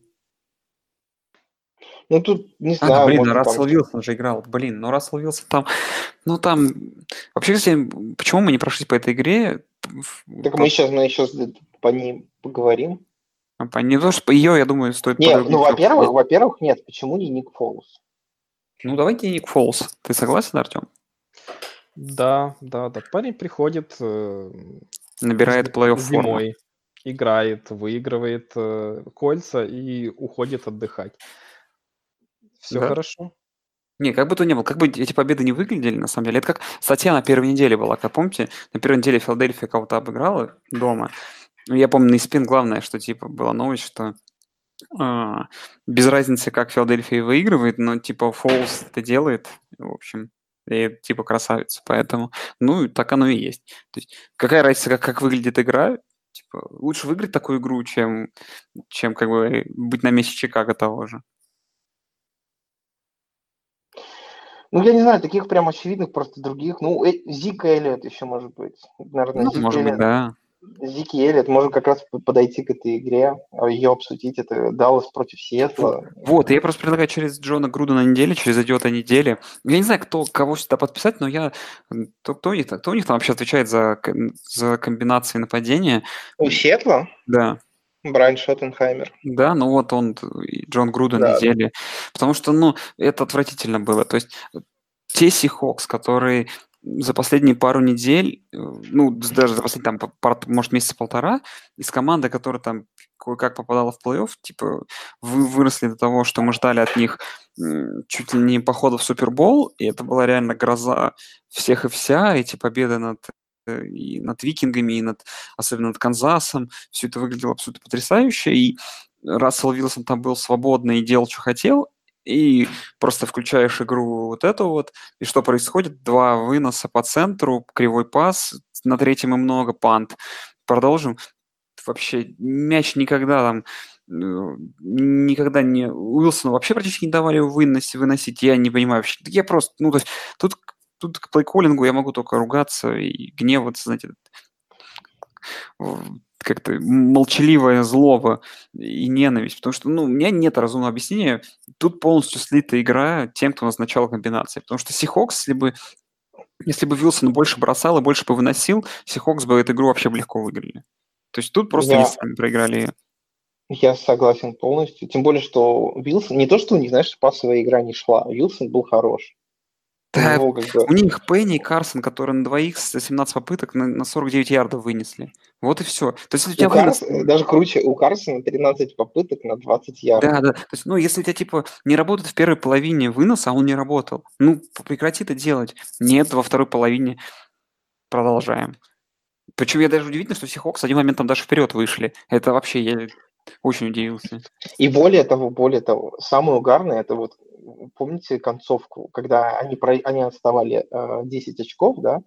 Ну тут, не А, знаю, блин, ну можно там... Рассел Вилсон же играл. Блин, ну Рассел Вилсон там... Ну там... Вообще, кстати, почему мы не прошли по этой игре? Так По- мы сейчас, мы еще по ней поговорим. по- Не то, что ее, я думаю, стоит Не, подробнее ну, всё во-первых, обсудить. во-первых, нет, почему не Ник Фолс? Ну, давайте Ник Фолс. Ты согласен, Артем? Да, да, да. Парень приходит э, Набирает зи- плей-офф форму. зимой, играет, выигрывает э, кольца и уходит отдыхать. Все Да? хорошо. Не, как бы то ни было, как бы эти победы не выглядели, на самом деле. Это как статья на первой неделе была, как помните, на первой неделе Филадельфия кого-то обыграла дома. Ну, я помню, на и эс пи эн главное, что типа была новость, что а, без разницы, как Филадельфия выигрывает, но типа Фолс это делает, в общем, и типа красавица, поэтому, ну, и так оно и есть. То есть какая разница, как, как выглядит игра, типа лучше выиграть такую игру, чем, чем как бы быть на месте Чикаго того же. Ну, я не знаю, таких прям очевидных, просто других. Ну, э, Зик Эллиот еще может быть. Наверное, Ну, Зик может быть, Эллиот. да. Зики Эллиот может как раз п- подойти к этой игре, а ее обсудить. Это Даллас против Сиэтла. Вот, и я просто предлагаю через Джона Грудена недели, через идиота недели. Я не знаю, кто кого сюда подписать, но я... м, Кто, кто, у них, кто у них там вообще отвечает за, ком- за комбинации нападения? У Сиэтла? Да. Брайан Шоттенхаймер. Да, ну вот он, т- и Джон Груден Да, да. недели. Потому что, ну, это отвратительно было. То есть э, те Сихокс, которые за последние пару недель, э, ну, с- даже за последние, там, па- пар- может, месяца полтора, из команды, которая там кое-как попадала в плей-офф, типа, вы выросли до того, что мы ждали от них м, чуть ли не похода в Супербол, и это была реально гроза всех и вся, эти победы над э, и над Викингами, и над, особенно над Канзасом, все это выглядело абсолютно потрясающе, и Рассел Вилсон там был свободный и делал, что хотел, и просто включаешь игру вот эту вот, и что происходит? Два выноса по центру, кривой пас, на третьем и много, пант. Продолжим. Вообще мяч никогда там э, никогда не... Уилсону вообще практически не давали его выносить, выносить. Я не понимаю вообще. Я просто... Ну, то есть тут, тут к плейколлингу я могу только ругаться и гневаться, знаете, в- как-то молчаливая злоба и ненависть, потому что, ну, у меня нет разумного объяснения. Тут полностью слита игра тем, кто назначал комбинации. Потому что Сихокс, если бы, если бы Вилсон больше бросал и больше бы выносил, Сихокс бы эту игру вообще бы легко выиграли. То есть тут просто они Я, сами проиграли её. я согласен полностью. Тем более, что Вилсон... Не то, что у них, знаешь, пасовая игра не шла. Вилсон был хорош. У Да, него как бы... у них Пенни и Карсон, которые на двоих с семнадцать попыток на, на сорок девять ярдов вынесли. Вот и все. То есть, если у У тебя вынос... Карс... Даже круче, у Карсона тринадцать попыток на двадцать ярдов. Да, да. То есть, ну, если у тебя, типа, не работает в первой половине вынос, а он не работал, ну, п- прекрати это делать. Нет, во второй половине продолжаем. Причем я даже удивительно, что Сихокс в один момент там даже вперед вышли. Это вообще, я очень удивился. И более того, более того, самое угарное, это вот, помните концовку, когда они, про... они отставали э, десять очков, да,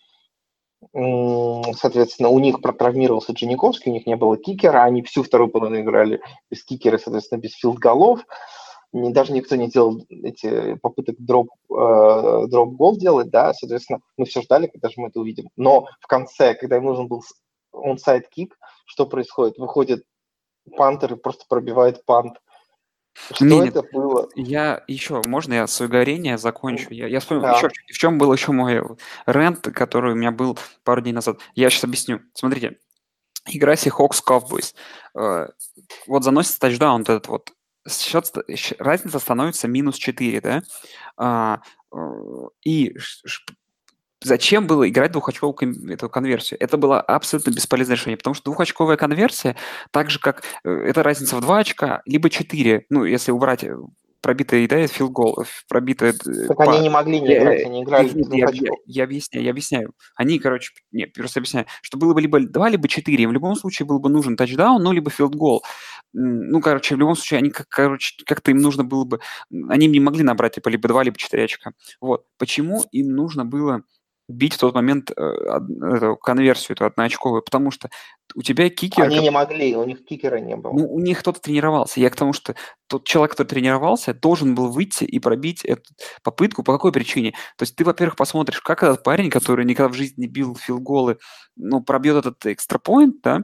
М, соответственно, у них протравмировался Джаниковский, у них не было кикера, они всю вторую половину играли без кикера, соответственно, без филд-голов. Не, даже никто не делал эти попыток дроп, э, дроп-гол делать, да, соответственно, мы все ждали, когда же мы это увидим. Но в конце, когда им нужен был онсайд кик, что происходит? Выходит пантер и просто пробивает пант. Что Не, нет, это было? я еще, можно я свое горение закончу? Я, я вспомнил, еще, Да. в чем был еще мой рент, который у меня был пару дней назад. Я сейчас объясню. Смотрите, игра Seahawks Cowboys. Э, Вот заносится тачдаун вот этот вот. Счет, ста- щ- разница становится минус четыре, да? А, э, и ш- ш- зачем было играть двухочковую кон- эту конверсию? Это было абсолютно бесполезное решение, потому что двухочковая конверсия, так же как э, это разница в два очка, либо четыре, ну, если убрать э, пробитый, да, филгол, пробитый э, Так они па- не могли не играть, э, они э, играли без нет, я, двух я- очков. я объясняю, я объясняю. Они, короче, нет, просто объясняю, что было бы либо два, либо четыре. Им в любом случае был бы нужен тачдаун, ну, либо филдгол. М, Ну, короче, в любом случае, они, как, короче, как-то им нужно было бы... м, Они не могли набрать, типа, либо два, либо четыре очка. Вот. Почему им нужно было бить в тот момент э, од- эту конверсию, эту одноочковую? Потому что у тебя кикер, Они не могли, у них кикера не было. ну, у них кто-то тренировался. Я к тому, что тот человек, который тренировался, должен был выйти и пробить эту попытку. По какой причине? То есть ты, во-первых, посмотришь, как этот парень, который никогда в жизни не бил филголы, ну, пробьет этот экстрапоинт, да,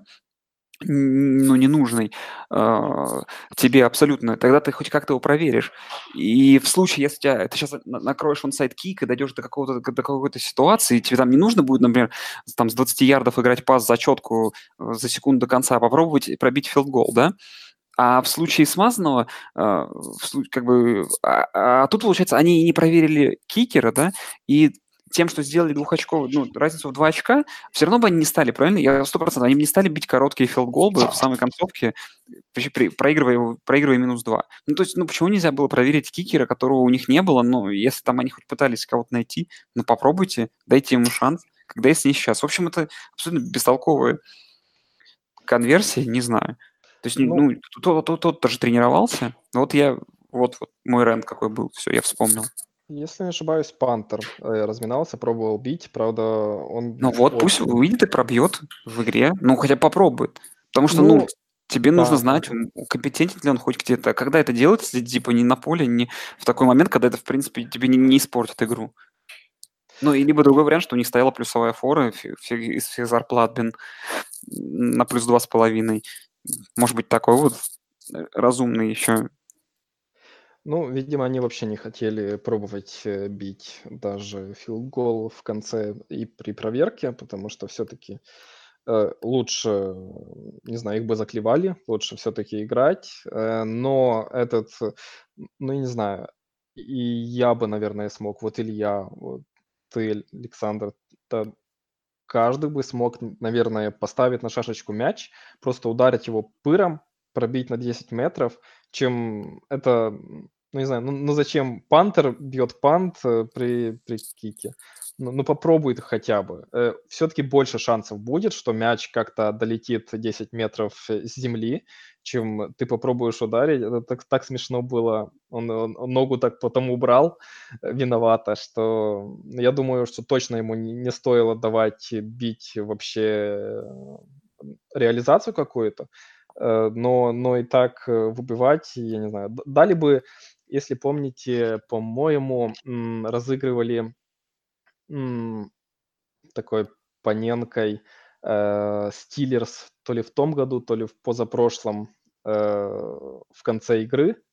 н- ну, ненужный а, тебе абсолютно, тогда ты хоть как-то его проверишь. И в случае, если тебя, ты сейчас накроешь онсайд кик и дойдешь до, какого-то, до какой-то ситуации, тебе там не нужно будет, например, там с двадцати ярдов играть пас за четку э, за секунду до конца, а попробовать пробить филдгол, да? А в случае смазанного, а, в слу- как бы, а, а тут, получается, они и не проверили кикера, да, и тем, что сделали двухочковую, ну, разницу в два очка, все равно бы они не стали, правильно? Я сто процентов, они бы не стали бить короткие филдголы в самой концовке, вообще при- проигрывая, проигрывая минус два. Ну, то есть, ну, почему нельзя было проверить кикера, которого у них не было? Ну, если там они хоть пытались кого-то найти, ну, попробуйте, дайте ему шанс, когда если не сейчас. В общем, это абсолютно бестолковая конверсия, не знаю. То есть, Ну, ну, тот, тот, тот тоже тренировался. Вот я, вот, вот мой рент какой был, все, я вспомнил. если не ошибаюсь, Пантер э, разминался, пробовал бить. Правда, он Ну вот, пусть очень... выйдет и пробьет в игре, ну, хотя бы попробует. Потому что, ну, Ну, тебе нужно да, да. знать, м, компетентен ли он хоть где-то. Когда это делается, типа, не на поле, не в такой момент, когда это, в принципе, тебе не, не испортит игру. Ну, и либо другой вариант, что у них стояла плюсовая фора фи- фи- из всех зарплат, блин, на плюс два с половиной. Может быть, такой вот э, разумный еще. Ну, видимо, они вообще не хотели пробовать э, бить даже филд-гол в конце и при проверке, потому что все-таки э, лучше, не знаю, их бы заклевали, лучше все-таки играть, э, но этот, э, ну, не знаю, и я бы, наверное, смог, вот Илья, вот ты, Александр, да, каждый бы смог, н- наверное, поставить на шашечку мяч, просто ударить его пыром, пробить на десять метров, чем это, м, ну не знаю, ну, ну зачем пантер бьет пант э, при, при кике? Ну, ну попробуй ты хотя бы. Все-таки больше шансов будет, что мяч как-то долетит десять метров э, с земли, чем ты попробуешь ударить. Это так, так смешно было. Он, он- он ногу так потом убрал, э, виновата, что я думаю, что точно ему не, не стоило давать бить вообще э, реализацию какую-то, э, но, но и так э, выбивать, я не знаю, д- дали бы, если помните, по-моему, м, разыгрывали м, такой Паненкой Стиллерс то ли в том году, то ли в позапрошлом э, в конце игры,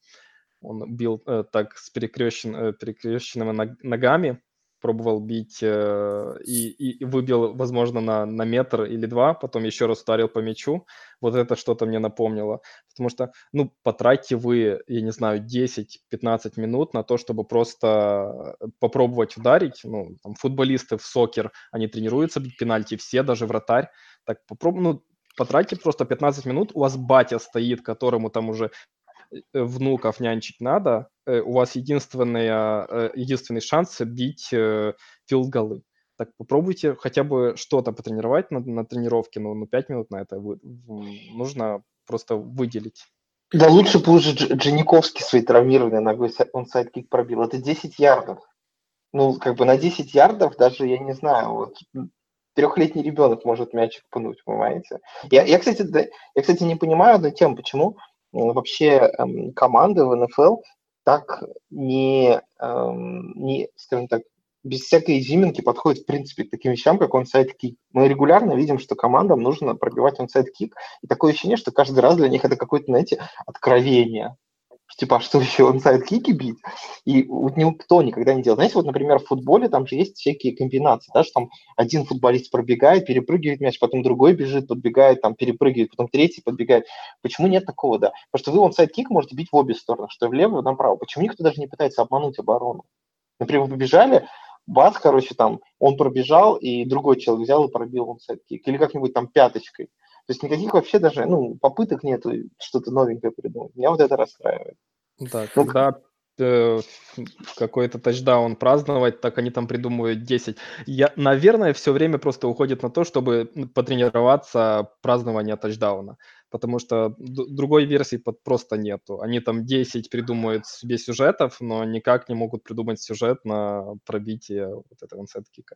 он бил э, так с перекрещен, э, перекрещенными ног- ногами, пробовал бить э, и, и и выбил, возможно, на, на метр или два, потом еще раз ударил по мячу. Вот это что-то мне напомнило. Потому что, ну, потратьте вы, я не знаю, десять-пятнадцать минут на то, чтобы просто э, попробовать ударить. Ну, там, футболисты в сокер, они тренируются бить пенальти, все, даже вратарь. Так попробуй, ну, потратьте просто пятнадцать минут, у вас батя стоит, которому там уже э, внуков нянчить надо, э, у вас единственная, э, единственный шанс бить э, филд-голы. Так попробуйте хотя бы что-то потренировать на, на тренировке, но ну, пять минут на это вы- в- нужно просто выделить. Да лучше бы уже Дж- Джаниковский своей травмированной ногой са- он сайдкик пробил. Это десять ярдов. Ну, как бы на десять ярдов даже, я не знаю, вот трехлетний ребенок может мячик пнуть, понимаете? Я, я, кстати, да- я, кстати, не понимаю одну тему, почему м, вообще эм, команды в эн эф эл так не, эм, не, скажем так, без всякой изюминки подходят, в принципе, к таким вещам, как онсайд-кик. Мы регулярно видим, что командам нужно пробивать онсайд-кик, и такое ощущение, что каждый раз для них это какое-то, знаете, откровение. Типа, а что еще, онсайд-кики бить? И вот никто никогда не делал. Знаете, вот, например, в футболе там же есть всякие комбинации, да, что там один футболист пробегает, перепрыгивает мяч, потом другой бежит, подбегает, там перепрыгивает, потом третий подбегает. Почему нет такого, да? Потому что вы онсайд-кик можете бить в обе стороны, что влево, направо. Почему никто даже не пытается обмануть оборону? Например, вы побежали, бац, короче, там, он пробежал, и другой человек взял и пробил онсайд-кик. Или как-нибудь там пяточкой. То есть никаких вообще даже, ну, попыток нету что-то новенькое придумать. Меня вот это расстраивает. Да, Ну, когда э, какой-то тачдаун праздновать, так они там придумывают десять. Я, наверное, все время просто уходит на то, чтобы м, потренироваться празднование тачдауна, потому что д- другой версии под просто нету. Они там десять придумывают себе сюжетов, но никак не могут придумать сюжет на пробитие вот этого инсайд-кика.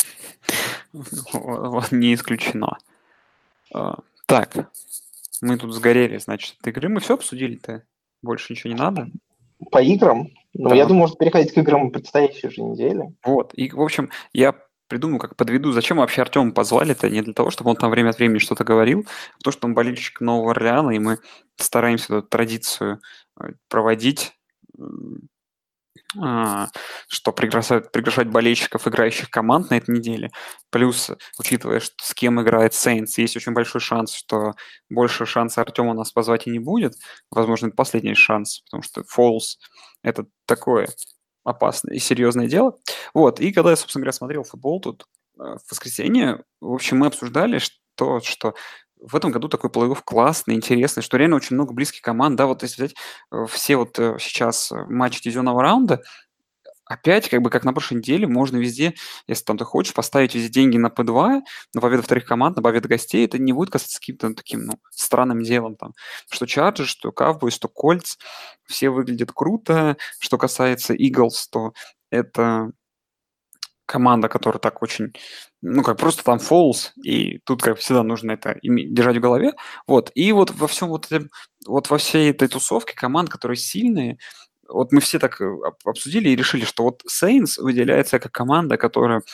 Вот, не исключено. А, Так, мы тут сгорели, значит, от игры. Мы все обсудили-то? Больше ничего не надо? по играм, ну, я Да. думаю, можно переходить к играм предстоящей уже недели. Вот. И, в общем, я придумаю, как подведу, зачем мы вообще Артема позвали-то? Не для того, чтобы он там время от времени что-то говорил, а то, что он болельщик Нового Орлеана, и мы стараемся эту традицию э, проводить, м, а, что приглашать, приглашать болельщиков играющих команд на этой неделе. Плюс, учитывая, что с кем играет Сейнс, есть очень большой шанс, что больше шанса Артема нас позвать и не будет. Возможно, это последний шанс, потому что Фолс — это такое опасное и серьезное дело. Вот, и когда я, собственно говоря, смотрел футбол тут э, в воскресенье, в общем, мы обсуждали что, что в этом году такой плей-офф классный, интересный, что реально очень много близких команд, да, вот если взять э, все вот э, сейчас э, матчи дивизионного раунда, опять, как бы, как на прошлой неделе, можно везде, если там ты хочешь, поставить везде деньги на пэ два, на победу вторых команд, на победу гостей. Это не будет казаться каким-то таким, ну, странным делом там. Что Chargers, что Cowboys, что Colts, все выглядят круто. Что касается Eagles, то это команда, которая так очень, ну, как просто там Falls, и тут, как всегда, нужно это име- держать в голове. Вот, и вот во всем вот этом, вот во всей этой тусовке команд, которые сильные, вот мы все так э, об- обсудили и решили, что вот Saints выделяется как команда, которая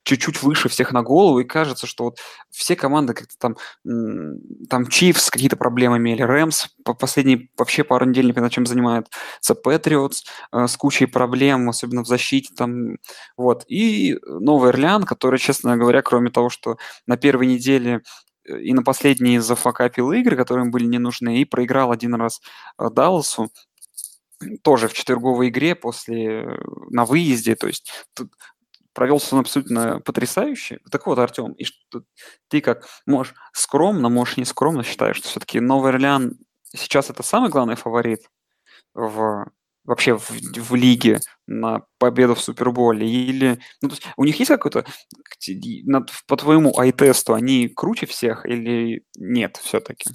чуть-чуть выше всех на голову, и кажется, что вот все команды как-то там, м, там Chiefs какие-то проблемы имели, Рэмс по последние вообще пару недель непонятно чем занимаются, Патриотс э, с кучей проблем, особенно в защите там, вот. И Новый Орлеан, который, честно говоря, кроме того, что на первой неделе э, и на последние зафакапил игры, которые им были не нужны, и проиграл один раз э, Далласу, тоже в четверговой игре после э, на выезде, то есть тут провел он абсолютно потрясающе. Так вот, Артем, и что ты как можешь скромно, можешь не скромно считаешь, что все-таки Новый Орлеан сейчас это самый главный фаворит в вообще в, в лиге на победу в Суперболе? Или ну, то есть у них есть какой-то, на- по твоему ай-тесту, они круче всех или нет все-таки?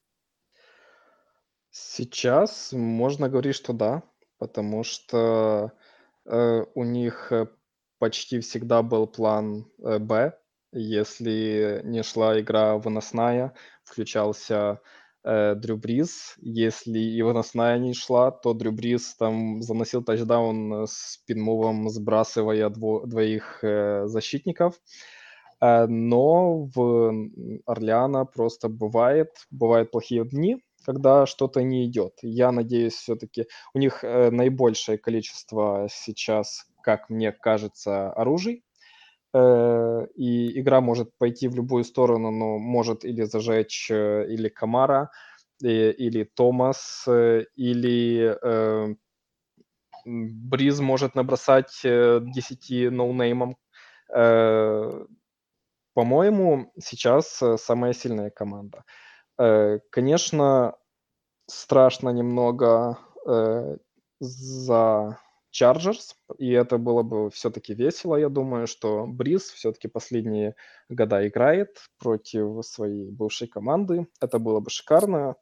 Сейчас можно говорить, что да, потому что э, у них э, почти всегда был план э, Б. Если не шла игра выносная, включался э, Дрю Бриз. Если и выносная не шла, то Дрю Бриз там заносил тачдаун э, с пинмувом, сбрасывая дво- двоих э, защитников. Э, Но в м, Орлеана просто бывает, бывают плохие дни, когда что-то не идет. Я надеюсь, все-таки у них э, наибольшее количество сейчас, как мне кажется, оружий. Э, И игра может пойти в любую сторону, но может или зажечь э, или Камара, и- или Томас, э, или э, м, Бриз может набросать э, десять ноунеймом. Э, По-моему, сейчас э, самая сильная команда. Э, Конечно, страшно немного э, за Chargers, и это было бы все-таки весело, я думаю, что Бриз все-таки последние года играет против своей бывшей команды. Это было бы шикарно.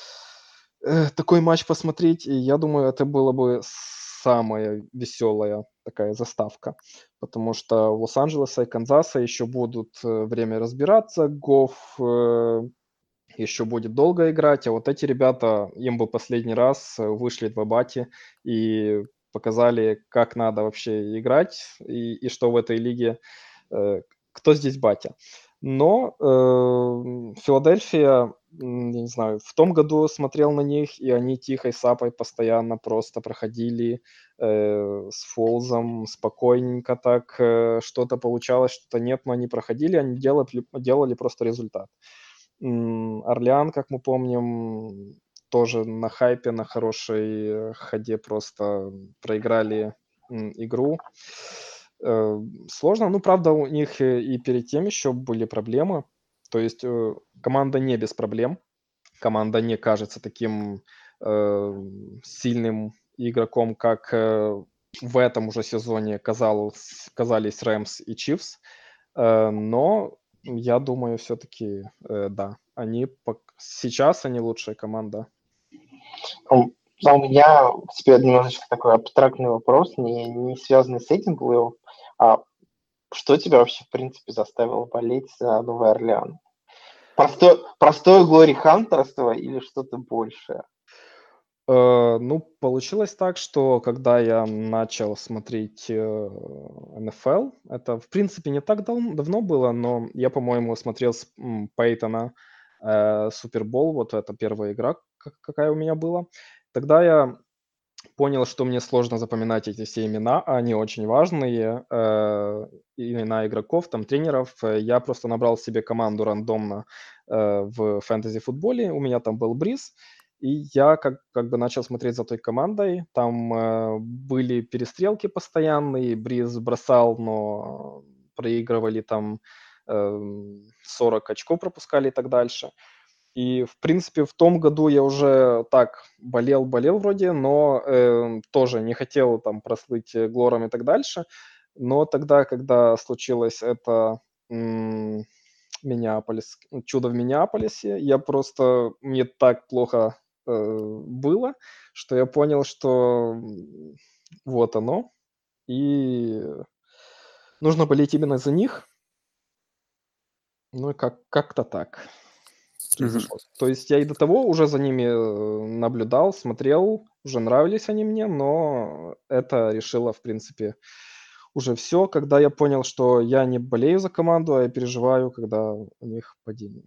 Э, такой матч посмотреть, и я думаю, это было бы самая веселая такая заставка, потому что у Лос-Анджелеса и Канзаса еще будут э, время разбираться, Гофф э, еще будет долго играть, а вот эти ребята, им бы последний раз э, вышли в Абати и показали, как надо вообще играть и, и что в этой лиге, э, кто здесь батя. Но э, Филадельфия, м, я не знаю, в том году смотрел на них, и они тихой сапой постоянно просто проходили э, с Фолзом, спокойненько так, э, что-то получалось, что-то нет, но они проходили, они делали, делали просто результат. М, Орлеан, как мы помним, тоже на хайпе, на хорошей э, ходе просто проиграли м, игру. Э, Сложно. Ну, правда, у них э, и перед тем еще были проблемы. То есть э, команда не без проблем. Команда не кажется таким э, сильным игроком, как э, в этом уже сезоне казалось, казались Рэмс и Чивс. Э, но я думаю, все-таки, э, да, они пок- сейчас они лучшая команда. М, А у меня к тебе немножечко такой абстрактный вопрос, не, не связанный с этим плей-офф. А что тебя вообще, в принципе, заставило болеть за Новый Орлеан? Простое, простое глори-хантерство или что-то большее? Э, ну, получилось так, что когда я начал смотреть э, эн эф эл, это, в принципе, не так дав- давно было, но я, по-моему, смотрел с м, Пейтона э, Супербол, вот это первая игра, как- какая у меня была. Тогда я понял, что мне сложно запоминать эти все имена, а они очень важные, э, имена игроков, там, тренеров. Э, Я просто набрал себе команду рандомно э, в фэнтези-футболе, у меня там был Бриз, и я как, как бы начал смотреть за той командой. Там э, были перестрелки постоянные, Бриз бросал, но проигрывали там э, сорок очков пропускали и так дальше. И, в принципе, в том году я уже так болел-болел вроде, но э, тоже не хотел там прослыть э, глором и так дальше. Но тогда, когда случилось это м, Миннеаполис, чудо в Миннеаполисе, я просто, мне так плохо э, было, что я понял, что м, вот оно, и нужно болеть именно за них. Ну и как, как-то так Мгм. произошло. То есть я и до того уже за ними э, наблюдал, смотрел, уже нравились они мне, но это решило, в принципе, уже все, когда я понял, что я не болею за команду, а я переживаю, когда у них падение.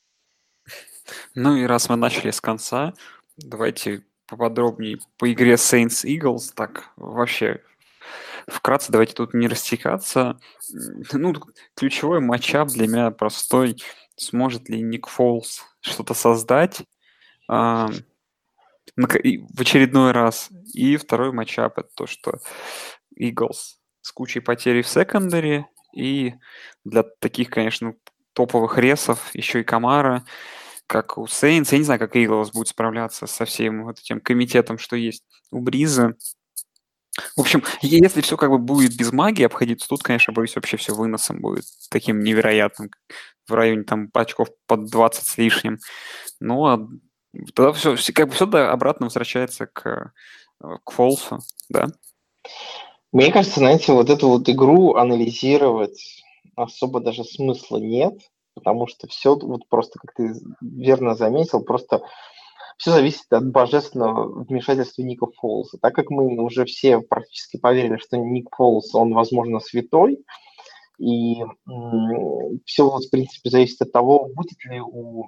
Ну и раз мы начали с конца, давайте поподробнее по игре Saints Eagles. Так, вообще, вкратце давайте тут не растекаться. М, Ну, тут ключевой матчап для меня простой. Сможет ли Ник Фолс что-то создать а, на- и в очередной раз? И второй матчап — это то, что Eagles с кучей потерь в секондаре, и для таких, конечно, топовых ресов еще и Камара, как у Saints. Я не знаю, как Eagles будет справляться со всем вот этим комитетом, что есть у Бриза. В общем, е- если все как бы будет без магии обходиться, тут, конечно, боюсь, вообще все выносом будет таким невероятным, в районе там очков под двадцать с лишним. Ну, а тогда все, как бы все обратно возвращается к, э, к фолсу, да? Мне кажется, знаете, вот эту вот игру анализировать особо даже смысла нет, потому что все вот просто, как ты верно заметил, просто все зависит от божественного вмешательства Ника Фолса. Так как мы уже все практически поверили, что Ник Фолс, он, возможно, святой, и все, вот, в принципе, зависит от того, будет ли у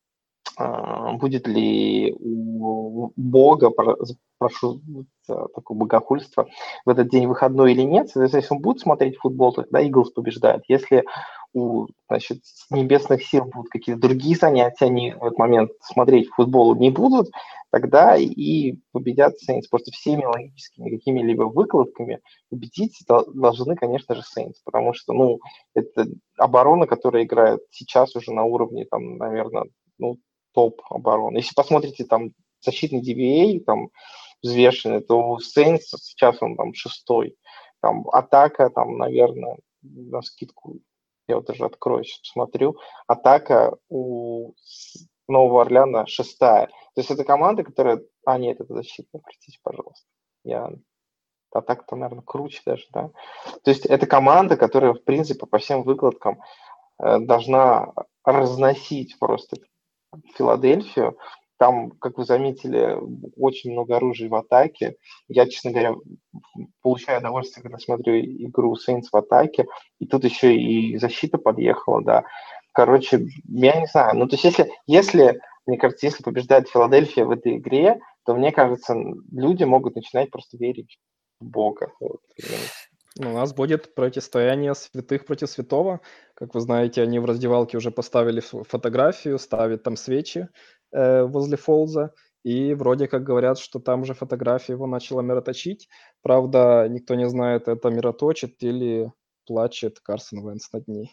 а, будет ли у Бога, про- прошу за такое богохульство, в этот день выходной или нет. Соответственно, если он будет смотреть футбол, тогда Иглс побеждает. Если у, значит, небесных сил будут какие-то другие занятия, они в этот момент смотреть футбол не будут, тогда и победят Saints. Просто всеми логическими какими-либо выкладками победить дол- должны, конечно же, Saints, потому что, ну, это оборона, которая играет сейчас уже на уровне, там, наверное, ну, топ обороны. Если посмотрите там защитный ди би эй, там взвешенный, то у Saints сейчас он там шестой. Там атака, там, наверное, на скидку, я вот даже открою, сейчас посмотрю, атака у Нового Орлеана шестая. То есть это команда, которая... А, нет, это защита, простите, пожалуйста. Я... Атака-то, наверное, круче даже, да? То есть это команда, которая, в принципе, по всем выкладкам э, должна разносить просто Филадельфию. Там, как вы заметили, очень много оружия в атаке. Я, честно говоря, получаю удовольствие, когда смотрю игру Saints в атаке. И тут еще и защита подъехала, да. Короче, я не знаю. Ну, то есть, если, если, мне кажется, если побеждает Филадельфия в этой игре, то, мне кажется, люди могут начинать просто верить в Бога. Вот. Ну, у нас будет противостояние святых против святого. Как вы знаете, они в раздевалке уже поставили фо- фотографию, ставят там свечи э, возле Фолза. И вроде как говорят, что там же фотография его начала мироточить. Правда, никто не знает, это мироточит или плачет Карсон Венс над ней.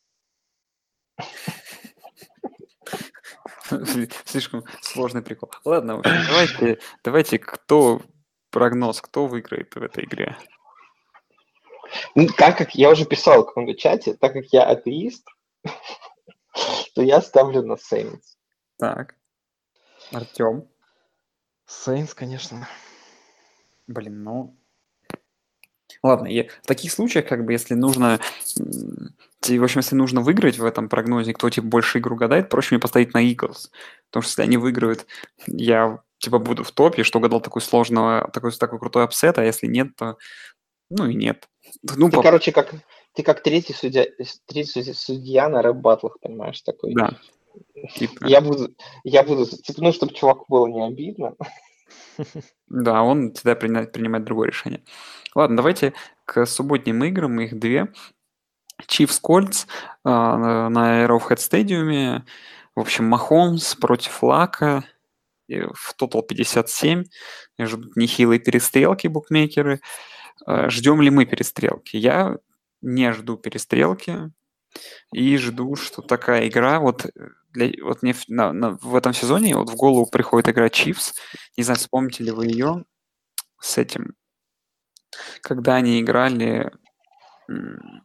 Слишком сложный прикол. Ладно, в общем, давайте, давайте, кто прогноз, кто выиграет в этой игре? Ну, так как я уже писал в каком-то чате, так как я атеист, то я ставлю на Saints. Так. Артем. Сейнс, конечно. Блин, ну... Ладно, я... в таких случаях, как бы, если нужно... м, те- В общем, если нужно выиграть в этом прогнозе, кто типа больше игру гадает, проще мне поставить на Eagles. Потому что если они выиграют, я типа буду в топе, что угадал такой сложного, такой, такой крутой апсет, а если нет, то ну и нет. Ну, Ты, по... короче, как ты как третий судья, третий судья, судья на рэп-баттлах, понимаешь, такой. Да, типа, Я буду, я буду, типа, ну, чтобы чуваку было не обидно. да, он всегда принимает, принимает другое решение. Ладно, давайте к субботним играм, их две. Chiefs Colts а, на на Arrowhead Stadium. В общем, Махомс против Лака. И в тотал пятьдесят семь. Ждут нехилые перестрелки букмекеры. А, Ждем ли мы перестрелки? Я не жду перестрелки. И жду, что такая игра, вот, э, для, вот мне в, на- на- в этом сезоне вот в голову приходит игра Chiefs. Не знаю, вспомните ли вы ее с этим, когда они играли... м,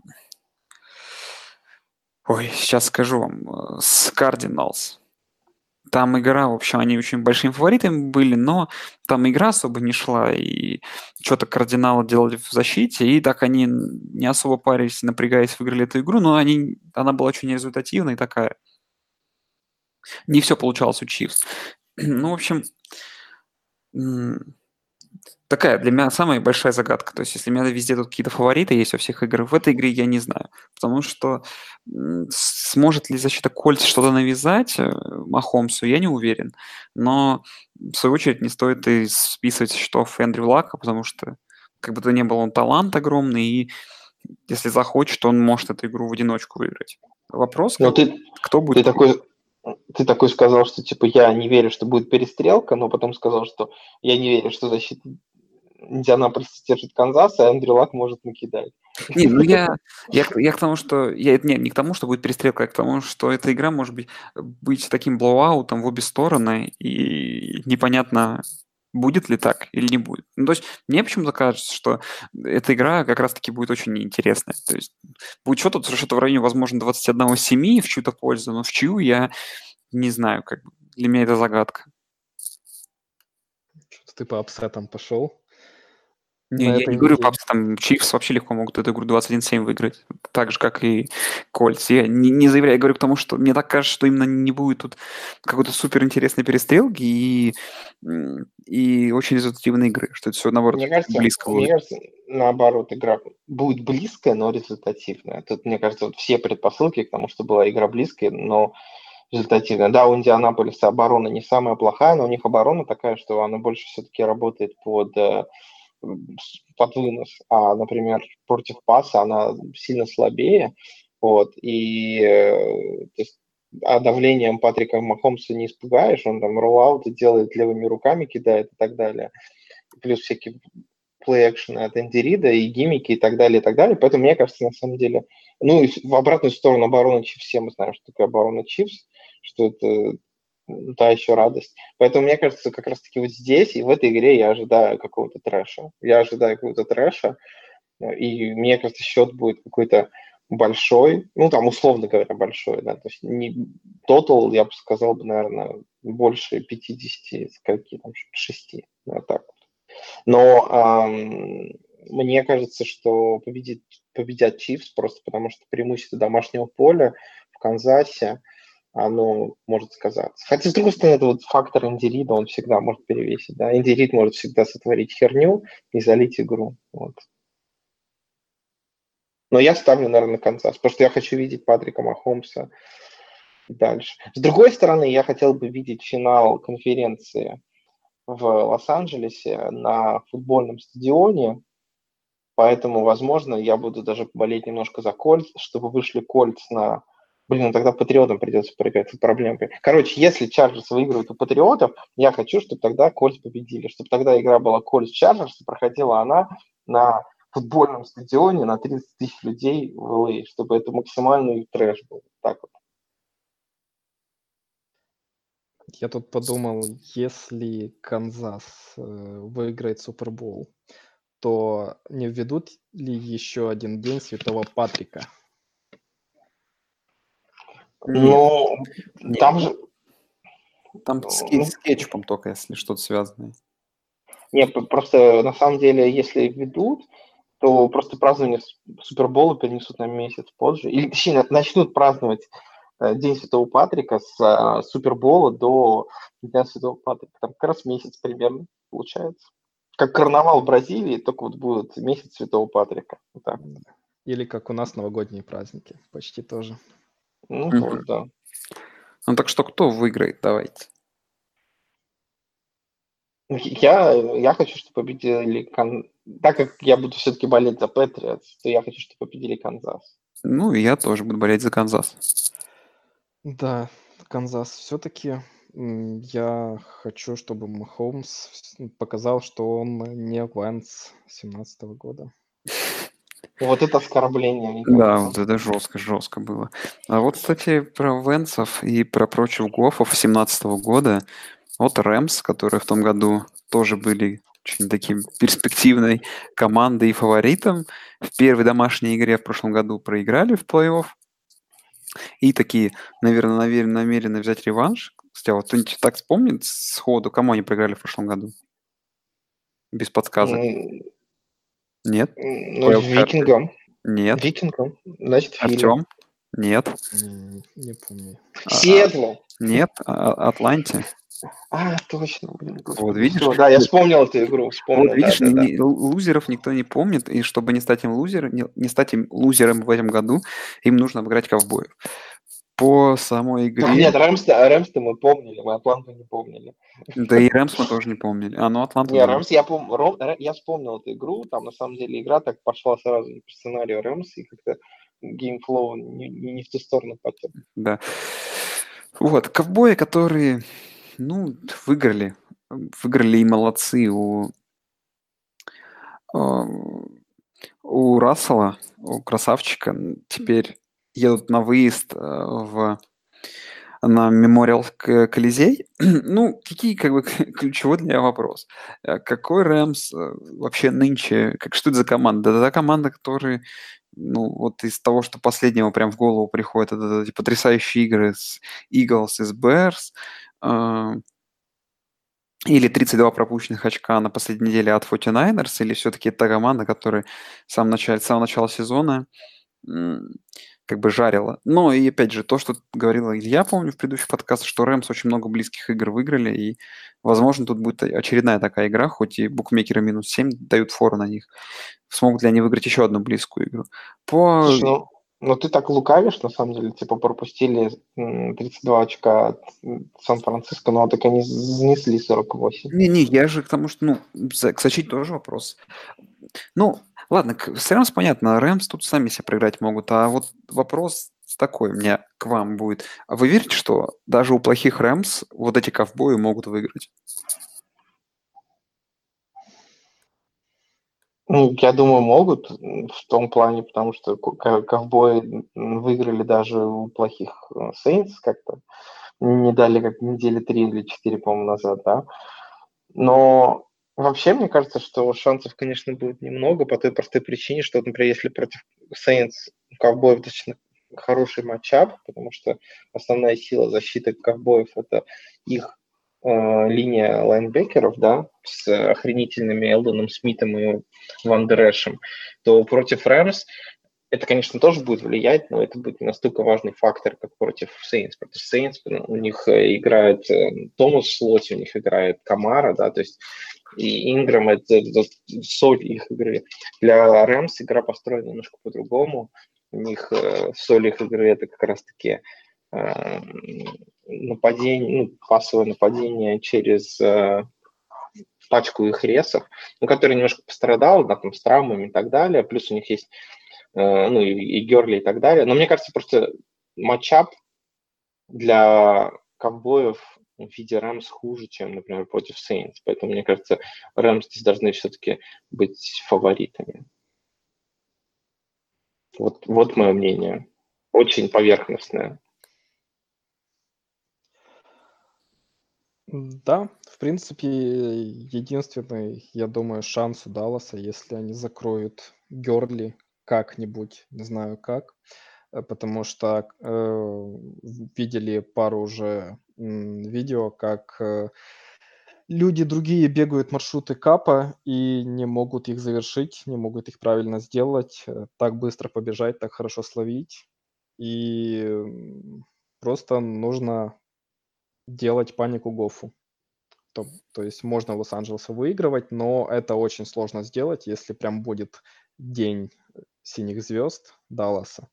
Ой, сейчас скажу вам, э, с Cardinals. Там игра, в общем, они очень большими фаворитами были, но там игра особо не шла, и что-то кардиналы делали в защите, и так они н- не особо парились, напрягаясь, выиграли эту игру, но они, она была очень результативной такая. Не все получалось у Chiefs. Ну, в общем, м, такая для меня самая большая загадка. То есть, если у меня везде тут какие-то фавориты есть во всех играх, в этой игре я не знаю. Потому что м, сможет ли защита Кольц что-то навязать э, Махомсу, я не уверен. Но, в свою очередь, не стоит и списывать со счетов Эндрю Лака, потому что, как бы то ни было, он талант огромный, и если захочет, он может эту игру в одиночку выиграть. Вопрос, Но как, ты, кто ты будет... такой, ты такой сказал, что типа я не верю, что будет перестрелка, но потом сказал, что я не верю, что защита Индианаполиса держит Канзас, а Эндрю Лак может накидать. Не, ну я, я, к- я к тому, что... Я, не, не к тому, что будет перестрелка, а к тому, что эта игра может быть, быть таким блоуаутом в обе стороны, и непонятно, будет ли так или не будет. Ну, то есть мне почему-то кажется, что эта игра как раз-таки будет очень неинтересная. То есть будет что-то, что-то в районе, возможно, двадцать один семь в чью-то пользу, но в чью я не знаю, как бы. Для меня это загадка. Что-то ты по апсетам пошел Не, на я этой не говорю, неделе. папа, там Чифс вообще легко могут эту игру двадцать один семь выиграть, так же, как и Кольц. Я не, не заявляю, я говорю к тому, что мне так кажется, что именно не будет тут какой-то супер интересной перестрелки и, м, и очень результативной игры, что это все, наоборот, Мне кажется, близко мне будет. кажется, наоборот, игра будет близкая, но результативная. Тут, мне кажется, вот все предпосылки к тому, что была игра близкая, но результативная. Да, у Индианаполиса оборона не самая плохая, но у них оборона такая, что она больше все-таки работает под, э, с- под вынос. А, например, против паса она сильно слабее. Вот, и э, то есть, а давлением Патрика Махомса не испугаешь, он там роллауты делает левыми руками, кидает и так далее. Плюс всякие плей-экшены от Энди Рида и гиммики и так далее, и так далее. Поэтому мне кажется, на самом деле, ну и в обратную сторону обороны Чивс, все мы знаем, что такое оборона Чивс, что это м, та еще радость. Поэтому мне кажется, как раз-таки вот здесь и в этой игре я ожидаю какого-то трэша. Я ожидаю какого-то трэша, и мне кажется, счет будет какой-то большой, ну там условно говоря большой, да, то есть не тотал, я бы сказал, бы, наверное, больше пятидесяти, скольки там, шести, да, так. Но ам, мне кажется, что победит, победят Чифс просто потому, что преимущество домашнего поля в Канзасе, оно может сказаться. Хотя, с другой стороны, это вот фактор Энди Рида, он всегда может перевесить. Да? Энди Рид может всегда сотворить херню и залить игру. Вот. Но я ставлю, наверное, на Канзас, потому что я хочу видеть Патрика Махомса дальше. С другой стороны, я хотел бы видеть финал конференции в Лос-Анджелесе на футбольном стадионе, поэтому, возможно, я буду даже болеть немножко за Кольц, чтобы вышли Кольц на... Блин, ну тогда Патриотам придется проиграть, это проблема. Короче, если Чарджерс выигрывают у Патриотов, я хочу, чтобы тогда Кольц победили, чтобы тогда игра была Кольц-Чарджерс, и проходила она на футбольном стадионе на тридцать тысяч людей в эл эй, чтобы это максимальный трэш был. Так вот. Я тут подумал, если Канзас э, выиграет Супербол, то не введут ли еще один день Святого Патрика? Нет, Ну, нет. там же... Там с, ке- ну, с кетчупом только, если что-то связанное. не, п- просто на самом деле, если ведут, то просто празднование с- Супербола перенесут на месяц позже. Или, точнее, начнут праздновать э, День Святого Патрика с э, Супербола до Дня Святого Патрика. Там как раз месяц примерно получается. Как карнавал в Бразилии, только вот будет месяц Святого Патрика. Вот так. Или как у нас новогодние праздники, почти тоже. Ну, Мгм. тоже, да. Ну так что кто выиграет? Давайте. Я, я хочу, чтобы победили... Кан... Так как я буду все-таки болеть за Патриотс, то я хочу, чтобы победили Канзас. Ну, и я тоже буду болеть за Канзас. Да, Канзас все-таки я хочу, чтобы Махомс вс- показал, что он не Вэнс семнадцатого года. Вот это оскорбление, мне Да, кажется. вот это жестко, жестко было. А вот, кстати, про Венсов и про прочих Гофов семнадцатого года. Вот Рэмс, которые в том году тоже были очень таким перспективной командой и фаворитом. В первой домашней игре в прошлом году проиграли в плей-офф. И такие, наверное, намерены, намерены взять реванш. Кстати, а вот кто-нибудь так вспомнит сходу, кому они проиграли в прошлом году? Без подсказок. М, Нет? м, Ну, Wildcard. викингам. Нет. Викингам. Значит, Филли. Артем? Нет. Не, не помню. А- а- Сиэтлу. Нет. А- Атланте? А, точно, блин, Вот господи. видишь? Все, да, я Вот, вспомнил эту игру, вот вспомнил, да, видишь, да, ни- да. ни- лузеров никто не помнит, и чтобы не стать им лузером, не, не стать им лузером в этом году, им нужно обыграть ковбоев. По самой Так игре, нет, Рэмс-то, Рэмс-то мы помнили, мы Атланту не помнили. да и Рэмс мы тоже не помнили. А, ну Атланту, Не, да. Рэмс, я помню, Ром- Рэ- я вспомнил эту игру, там на самом деле игра так пошла сразу по сценарию Рэмс, и как-то геймфлоу не, не, не в ту сторону потек. Да. Вот, ковбои, которые, ну, выиграли. Выиграли и молодцы у, а, у Рассела, у красавчика. м, Теперь едут на выезд а, в на Мемориал К- Колизей. Ну, какие, как бы, ключевой для меня вопрос. Э, Какой Рэмс э, вообще нынче, как что это за команда? Да, это та команда, которая, ну, вот из того, что последнего прям в голову приходит, это эти потрясающие игры с Eagles и с Bears, а, или тридцать два пропущенных очка на последней неделе от форти найнерс, или все-таки та команда, которая с самого начала, с самого начала сезона м, как бы жарила. Но и опять же, то, что говорила Илья, помню, в предыдущих подкастах, что Рэмс очень много близких игр выиграли, и, возможно, тут будет очередная такая игра, хоть и букмекеры минус семь дают фору на них. Смогут ли они выиграть еще одну близкую игру? По... Слушай, ну, ну ты так лукавишь, на самом деле, типа пропустили м, тридцать два очка от м, Сан-Франциско, но так они занесли сорок восемь. Не-не, я же к тому, что, ну, за- к защите тоже вопрос. Ну, ладно, к- с Рэмс понятно, Рэмс тут сами себя проиграть могут, а вот вопрос такой у меня к вам будет. А вы верите, что даже у плохих Рэмс вот эти ковбои могут выиграть? Ну, я думаю, могут м, в том плане, потому что ко- ко- ковбои м, выиграли даже у плохих Сейнс как-то. Не дали как недели три или четыре, по-моему, назад, да. Но вообще, мне кажется, что шансов, конечно, будет немного по той простой причине, что, например, если против Сейнс у ковбоев достаточно хороший матчап, потому что основная сила защиты ковбоев – это их э, линия лайнбекеров, да, с охренительными Элдоном Смитом и Ван Дерешем, то против Рэмс это, конечно, тоже будет влиять, но это будет не настолько важный фактор, как против Сейнс. Против Сейнс у них э, играет э, Томас в слоте, у них играет Камара, да, то есть и Инграм – это, это соль их игры. Для Рэмс игра построена немножко по-другому. У них э, соль их игры – это как раз-таки э, нападение, ну, пассовое нападение через э, пачку их ресов, ну, который немножко пострадал, да, там, с травмами и так далее. Плюс у них есть ну и, и Герли и так далее. Но мне кажется, просто матчап для ковбоев в виде Рэмс хуже, чем, например, против Сейнс. Поэтому, мне кажется, Рэмс здесь должны все-таки быть фаворитами. Вот, вот мое мнение. Очень поверхностное. Да, в принципе, единственный, я думаю, шанс у Далласа, если они закроют Герли как-нибудь, не знаю как, э, потому что э, видели пару уже м, видео, как э, люди другие бегают маршруты капа и не могут их завершить, не могут их правильно сделать, э, так быстро побежать, так хорошо словить. И м, просто нужно делать панику Гофу. То, то есть можно Лос-Анджелесу выигрывать, но это очень сложно сделать, если прям будет день синих звезд Далласа.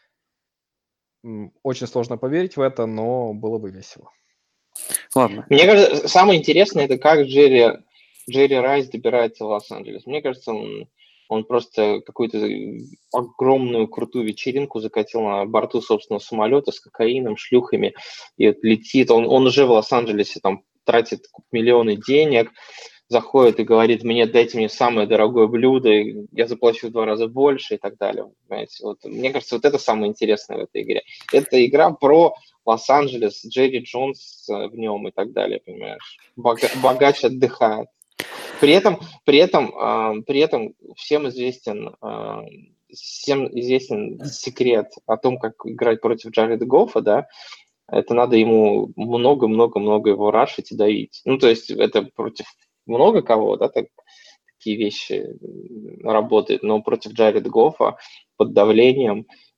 М, Очень сложно поверить в это, но было бы весело. Ладно. Мне кажется, самое интересное, это как Джерри, Джерри Райс добирается в Лос-Анджелес. Мне кажется, он, он просто какую-то огромную крутую вечеринку закатил на борту собственного самолета с кокаином, шлюхами, и вот летит. Он, он уже в Лос-Анджелесе там тратит миллионы денег, заходит и говорит: мне дайте мне самое дорогое блюдо, я заплачу в два раза больше и так далее. Понимаете? Вот, мне кажется, вот это самое интересное в этой игре. Это игра про Лос-Анджелес, Джерри Джонс в нем и так далее, понимаешь? Бога, богач отдыхает. При этом, при этом, э, при этом всем известен, э, всем известен секрет о том, как играть против Джареда Гоффа, да. Это надо ему много-много-много его рашить и давить. Ну, то есть это против много кого, да, так, такие вещи работают, но против Джареда Гоффа под давлением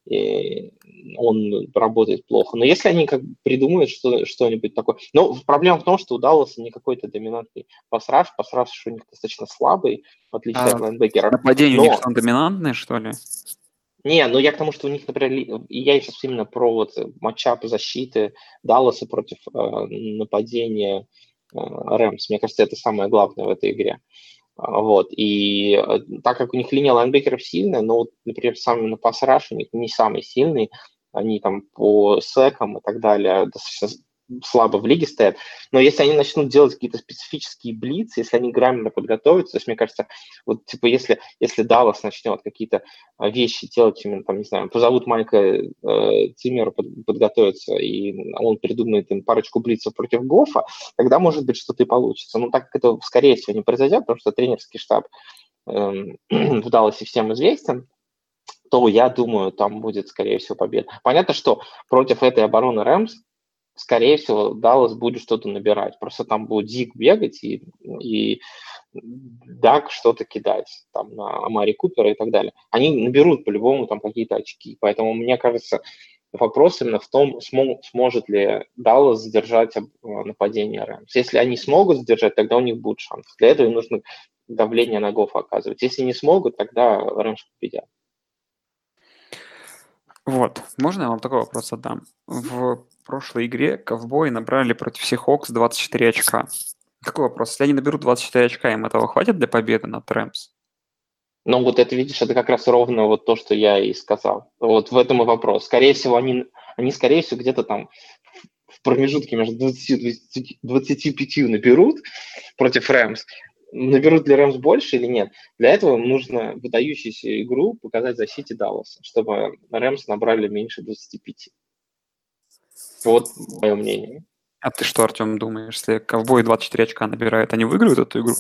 и он работает плохо. Но если они как бы придумают что, что-нибудь такое... Но проблема в том, что у Далласа не какой-то доминантный пас-раш, пас-раш у них достаточно слабый, в отличие А от лайнбекеров. нападение у них Но что, доминантное, что ли? не, ну я к тому, что у них, например, ли- и я сейчас именно про вот матчап защиты Далласа против э, нападения э, Рэмс. Мне кажется, это самое главное в этой игре. А, Вот. И э, так как у них линия лайнбекеров сильная, но, вот, например, сам на пас-раш у них не самый сильный, они там по секам и так далее достаточно слабо в лиге стоят. Но если они начнут делать какие-то специфические блицы, если они грамотно подготовятся, то есть, мне кажется, вот типа если, если Даллас начнет какие-то а, вещи делать именно там, не знаю, позовут Майка э, Циммера под, подготовиться, и он придумает им парочку блицев против Гофа, тогда, может быть, что-то и получится. Но так как это, скорее всего, не произойдет, потому что тренерский штаб эм, в Далласе всем известен, то, я думаю, там будет, скорее всего, победа. Понятно, что против этой обороны Рэмс, скорее всего, Даллас будет что-то набирать. Просто там будет Зик бегать и, и Даг что-то кидать там, на Амари Купера и так далее. Они наберут по-любому там какие-то очки. Поэтому, мне кажется, вопрос именно в том, смог, сможет ли Даллас задержать нападение Рэмс. Если они смогут задержать, тогда у них будет шанс. Для этого им нужно давление на Гофа оказывать. Если не смогут, тогда Рэмс победят. Вот, можно я вам такой вопрос задам? В прошлой игре ковбои набрали против Сихокс двадцать четыре очка. Такой вопрос. Если они наберут двадцать четыре очка, им этого хватит для победы над Рэмс? Ну, вот это, видишь, это как раз ровно вот то, что я и сказал. Вот в этом и вопрос. Скорее всего, они, они скорее всего, где-то там в промежутке между двадцатью и двадцатью пятью наберут против Рэмс. Наберут ли Рэмс больше или нет? Для этого нужно выдающуюся игру показать защите Далласа, чтобы Рэмс набрали меньше двадцати пяти. Вот мое мнение. А ты что, Артем, думаешь, если ковбои двадцать четыре очка набирают, они выиграют эту игру?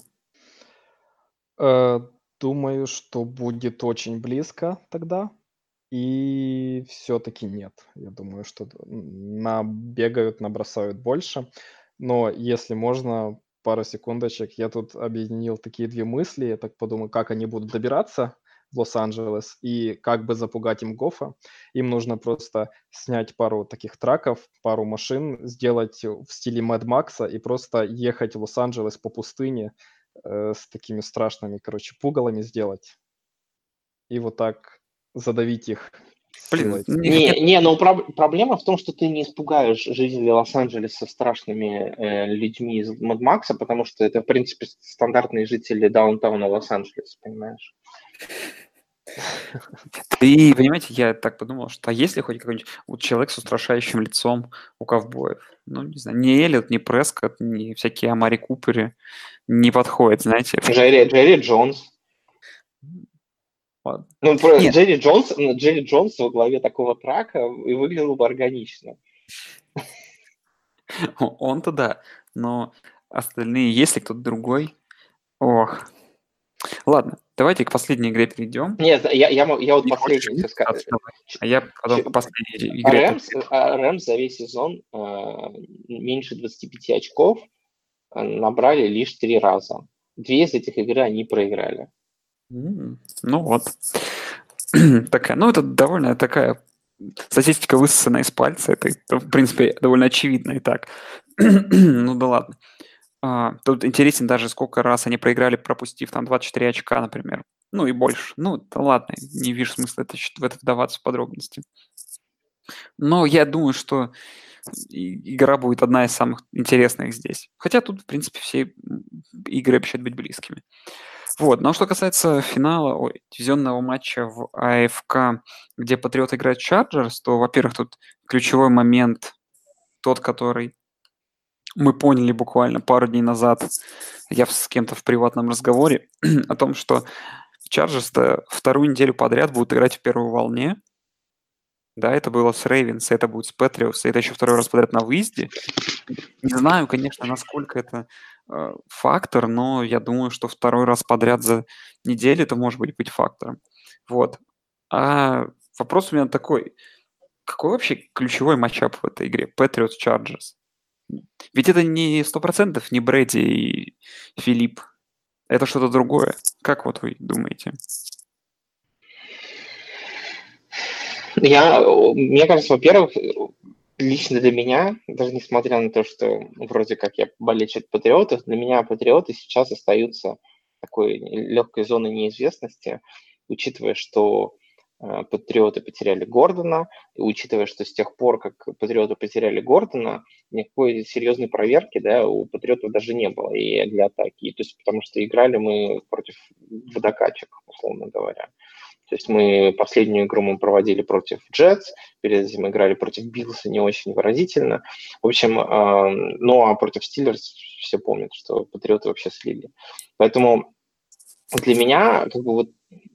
Э, Думаю, что будет очень близко тогда. И все-таки нет. Я думаю, что набегают, набросают больше. Но если можно, пару секундочек, я тут объединил такие две мысли. Я так подумал, как они будут добираться в Лос-Анджелес и как бы запугать им Гофа. Им нужно просто снять пару таких траков, пару машин, сделать в стиле Мэд Макса и просто ехать в Лос-Анджелес по пустыне э, с такими страшными, короче, пугалами сделать. И вот так задавить их Блин, силой. не, Не, не, но проб- проблема в том, что ты не испугаешь жителей Лос-Анджелеса страшными э, людьми из Мad Макса, потому что это, в принципе, стандартные жители даунтауна Лос-Анджелеса, понимаешь? И, понимаете, я так подумал, что а есть ли хоть какой-нибудь вот человек с устрашающим лицом у ковбоев? Ну, не знаю, ни Эллиот, ни Прескотт, ни всякие Амари Купери не подходят, знаете. Джерри, Джерри Джонс. Ладно. Ну, про- Нет. Джерри Джонс, ну, Джерри Джонс во главе такого трака и выглядел бы органично. Он-то да, но остальные, если кто-то другой, ох. Ладно, давайте к последней игре перейдем. Нет, я, я, мо- я вот Не хочешь последний ты? все скажу. Давай. А я потом Ч- к последней игре. Рэмс, а, Рэмс за весь сезон э, меньше двадцати пяти очков э, набрали лишь три раза. Две из этих игр они проиграли. М, Ну вот. Такая, ну это довольно такая статистика высосана из пальца. Это, это, в принципе, довольно очевидно и так. Ну да ладно. А, тут интересен даже, сколько раз они проиграли, пропустив там двадцать четыре очка, например. Ну и больше. Ну, да ладно, не вижу смысла это, щ- в это вдаваться в подробности. Но я думаю, что и- игра будет одна из самых интересных здесь. Хотя тут, в принципе, все м, игры обещают быть близкими. Вот. Но что касается финала, ой, дивизионного матча в АФК, где Патриот играет Чарджерс, то, во-первых, тут ключевой момент, тот, который мы поняли буквально пару дней назад, я с кем-то в приватном разговоре, о том, что Чарджерс вторую неделю подряд будут играть в первой волне. Да, это было с Рейвенс, это будет с Патриотс, это еще второй раз подряд на выезде. Не знаю, конечно, насколько это э, фактор, но я думаю, что второй раз подряд за неделю это может быть быть фактором. Вот. А вопрос у меня такой. Какой вообще ключевой матчап в этой игре? Patriots Chargers. Ведь это не сто процентов не Брэди и Филипп. Это что-то другое. Как вот вы думаете? Я, мне кажется, во-первых, лично для меня, даже несмотря на то, что вроде как я болельщик Патриотов, для меня Патриоты сейчас остаются такой легкой зоной неизвестности, учитывая, что э, Патриоты потеряли Гордона, и учитывая, что с тех пор, как Патриоты потеряли Гордона, никакой серьезной проверки, да, у Патриотов даже не было и для атаки. То есть, потому что играли мы против водокачек, условно говоря. То есть мы последнюю игру мы проводили против Джетс, перед этим играли против Биллса не очень выразительно. В общем, э, ну а против Стиллерс все помнят, что Патриоты вообще слили. Поэтому для меня как бы вот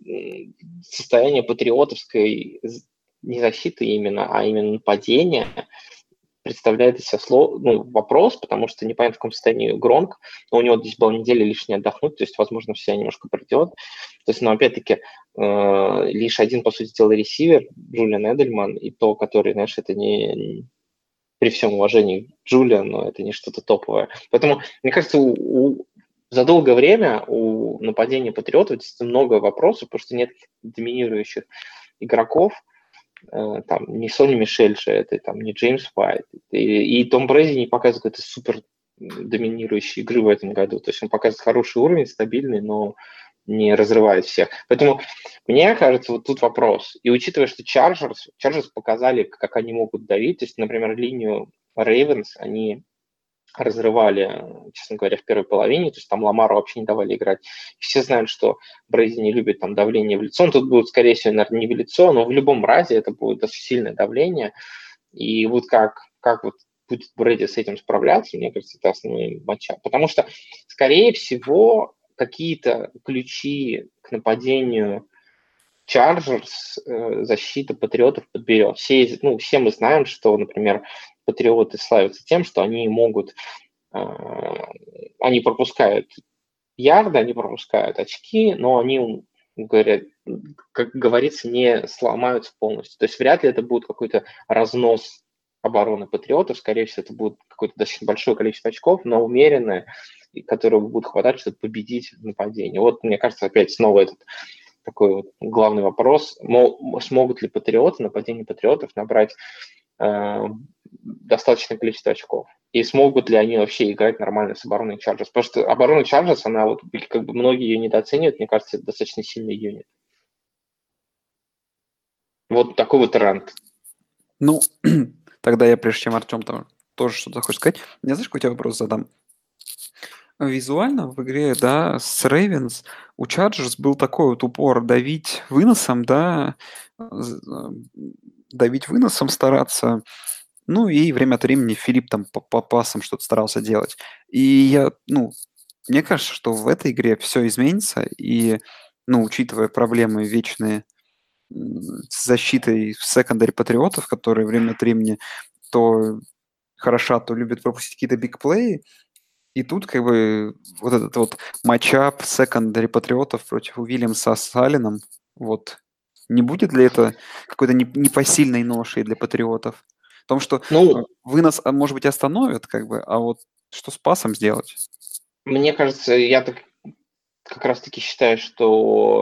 состояние патриотовской не защиты именно, а именно нападения представляет из себя слов, ну, вопрос, потому что непонятно, в каком состоянии Гронк, но у него здесь была неделя лишней отдохнуть, то есть, возможно, в себя немножко придет. То есть, но опять-таки, э, лишь один, по сути дела, ресивер, Джулиан Эдельман, и то, который, знаешь, это не... При всем уважении к Джулиану, но это не что-то топовое. Поэтому, мне кажется, у, у, за долгое время у нападения Патриотов действительно много вопросов, потому что нет доминирующих игроков. Там не Сони Мишель же, это там не Джеймс Уайт. И, и Том Брэди не показывает какой-то супер доминирующей игры в этом году. То есть он показывает хороший уровень, стабильный, но не разрывает всех. Поэтому мне кажется, вот тут вопрос. И учитывая, что Chargers, Chargers показали, как они могут давить, то есть, например, линию Ravens они разрывали, честно говоря, в первой половине, то есть там Ламару вообще не давали играть. Все знают, что Брэди не любит там давление в лицо. Он тут будет, скорее всего, наверное, не в лицо, но в любом разе это будет очень сильное давление. И вот как, как вот будет Брэди с этим справляться, мне кажется, это основной матчап. Потому что, скорее всего, какие-то ключи к нападению Chargers э, защита Патриотов подберет. Все, ну, все мы знаем, что, например, Патриоты славятся тем, что они могут, э, они пропускают ярды, они пропускают очки, но они, говорят, как говорится, не сломаются полностью. То есть вряд ли это будет какой-то разнос обороны Патриотов, скорее всего, это будет какое-то достаточно большое количество очков, но умеренное, которого будет хватать, чтобы победить в нападении. Вот, мне кажется, опять снова этот такой вот главный вопрос, мол, смогут ли Патриоты, нападение Патриотов набрать э, достаточное количество очков, и смогут ли они вообще играть нормально с обороной Chargers, потому что оборона Chargers, она вот, как бы многие ее недооценивают, мне кажется, это достаточно сильный юнит. Вот такой вот тренд. Ну, тогда я, прежде чем Артем там тоже что-то хочет сказать, я знаешь, какой у тебя вопрос задам? Визуально в игре, да, с Ravens у Chargers был такой вот упор давить выносом, да, давить выносом стараться, ну и время от времени Филипп там по, по пасам что-то старался делать. И я, ну, мне кажется, что в этой игре все изменится, и, ну, учитывая проблемы вечные с защитой в секондаре Патриотов, которые время от времени то хороша, то любят пропустить какие-то бигплеи, и тут как бы вот этот вот матчап секондари Патриотов против Уильямса с Алленом, вот, не будет ли это какой-то непосильной ношей для Патриотов? Потому что ну, вынос, может быть, остановят, как бы, а вот что с пасом сделать? Мне кажется, я так как раз-таки считаю, что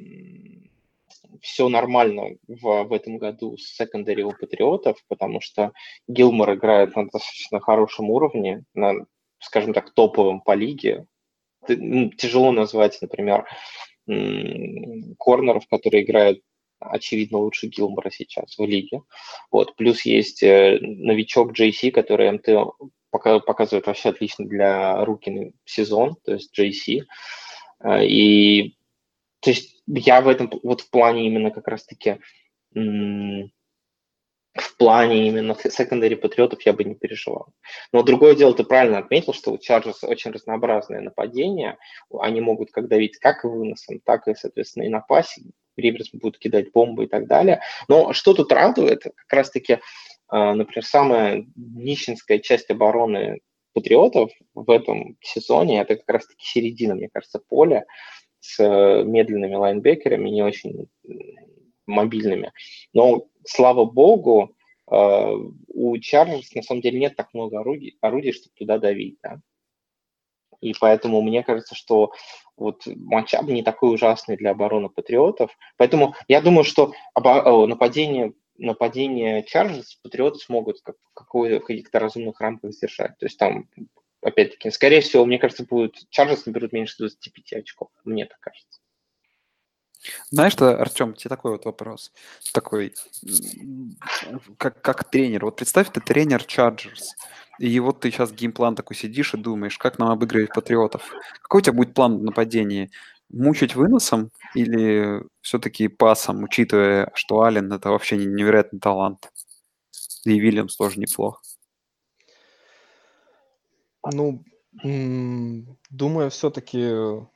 все нормально в, в этом году с секондари у Патриотов, потому что Гилмор играет на достаточно хорошем уровне, на, скажем так, топовом по лиге. Ну, тяжело назвать, например, корнеров, которые играют, очевидно, лучше Гилмора сейчас в лиге. Вот. Плюс есть новичок джей си, который эм тэ показывает вообще отлично для руки сезон, то есть джей си. И то есть я в этом, вот в плане именно как раз-таки, в плане именно секондари Патриотов я бы не переживал. Но другое дело, ты правильно отметил, что у Chargers очень разнообразное нападение. Они могут как давить как и выносом, так и, соответственно, и на пасе. Риверс будут кидать бомбы и так далее. Но что тут радует, как раз-таки, например, самая нищенская часть обороны Патриотов в этом сезоне, это как раз-таки середина, мне кажется, поля, с медленными лайнбекерами, не очень мобильными. Но, слава богу, у Chargers на самом деле нет так много орудий, орудий чтобы туда давить. Да? И поэтому мне кажется, что вот матчап не такой ужасный для обороны Патриотов. Поэтому я думаю, что нападение нападение Чарджерс Патриоты смогут как, в каких-то разумных рамках сдержать. То есть там, опять-таки, скорее всего, мне кажется, будет Чарджерс наберут меньше двадцати пяти очков. Мне так кажется. Знаешь что, Артем, тебе такой вот вопрос. Такой, как, как тренер. Вот представь, ты тренер Chargers, и вот ты сейчас геймплан такой сидишь и думаешь, как нам обыгрывать Патриотов. Какой у тебя будет план в нападении? Мучить выносом или все-таки пасом, учитывая, что Аллен это вообще невероятный талант? И Вильямс тоже неплох. Ну, думаю, все-таки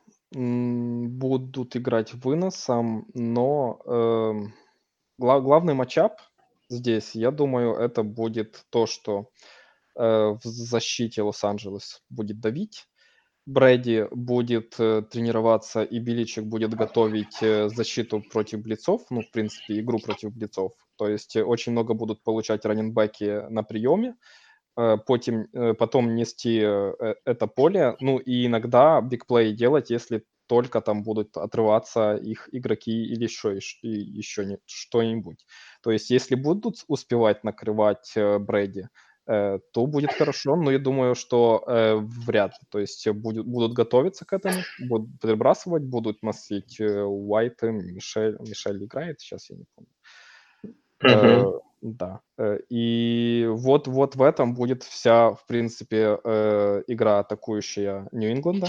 будут играть выносом, но э, главный матчап здесь, я думаю, это будет то, что э, в защите Лос-Анджелес будет давить, Брэди будет э, тренироваться, и Беличек будет готовить э, защиту против блицов, ну, в принципе, игру против блицов. То есть э, очень много будут получать раннинбеки на приеме, э, потом, э, потом нести э, это поле, ну, и иногда бигплей делать, если только там будут отрываться их игроки или еще, еще не, что-нибудь. То есть если будут успевать накрывать э, Брэди, то будет хорошо, но я думаю, что э, вряд ли. То есть будет, будут готовиться к этому, будут перебрасывать, будут носить э, Уайты, Мишель, Мишель играет, сейчас я не помню. Uh-huh. Э, да. И вот, вот в этом будет вся, в принципе, э, игра атакующая Нью-Ингланда.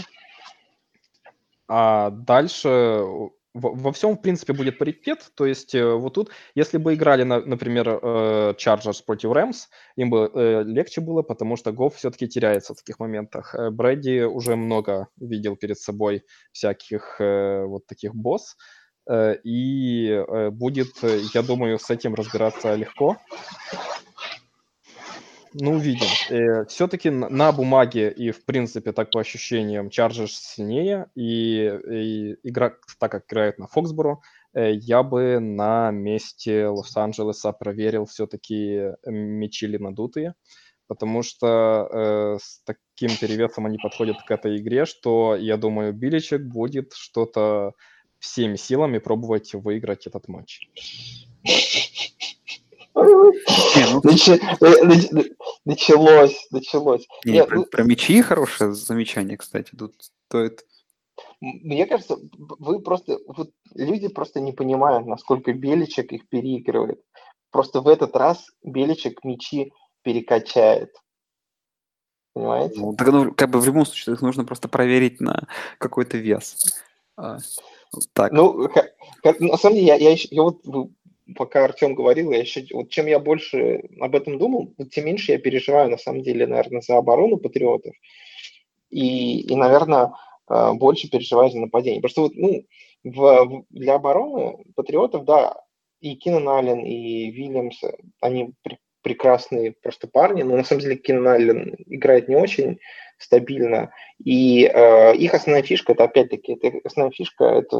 А дальше... Во всем, в принципе, будет паритет, то есть вот тут, если бы играли, например, Chargers против Рэмс, им бы легче было, потому что Гофф все-таки теряется в таких моментах. Брэди уже много видел перед собой всяких вот таких босс, и будет, я думаю, с этим разбираться легко. Ну, увидим. Э, все-таки на бумаге и, в принципе, так по ощущениям, Chargers сильнее. И, и игра, так как играют на Фоксборо, э, я бы на месте Лос-Анджелеса проверил все-таки мячи ли надутые. Потому что э, с таким перевесом они подходят к этой игре, что, я думаю, Беличек будет что-то всеми силами пробовать выиграть этот матч. Началось, началось. Не, Нет, про, ну... про мячи хорошее замечание, кстати, тут стоит. Мне кажется, вы просто, вот люди просто не понимают, насколько Беличек их переигрывает. Просто в этот раз Беличек мячи перекачает. Понимаете? Ну, так, ну, как бы в любом случае их нужно просто проверить на какой-то вес. А, вот так. Ну, как, как, на самом деле, я, я, еще, я вот пока Артем говорил, я еще, вот чем я больше об этом думал, тем меньше я переживаю, на самом деле, наверное, за оборону Патриотов. И, и наверное, больше переживаю за нападение. Потому что вот, ну, в, для обороны Патриотов, да, и Кинан Аллен, и Вильямс, они при, прекрасные просто парни, но на самом деле Кинан Аллен играет не очень стабильно. И э, их основная фишка, это опять-таки, это, основная фишка это,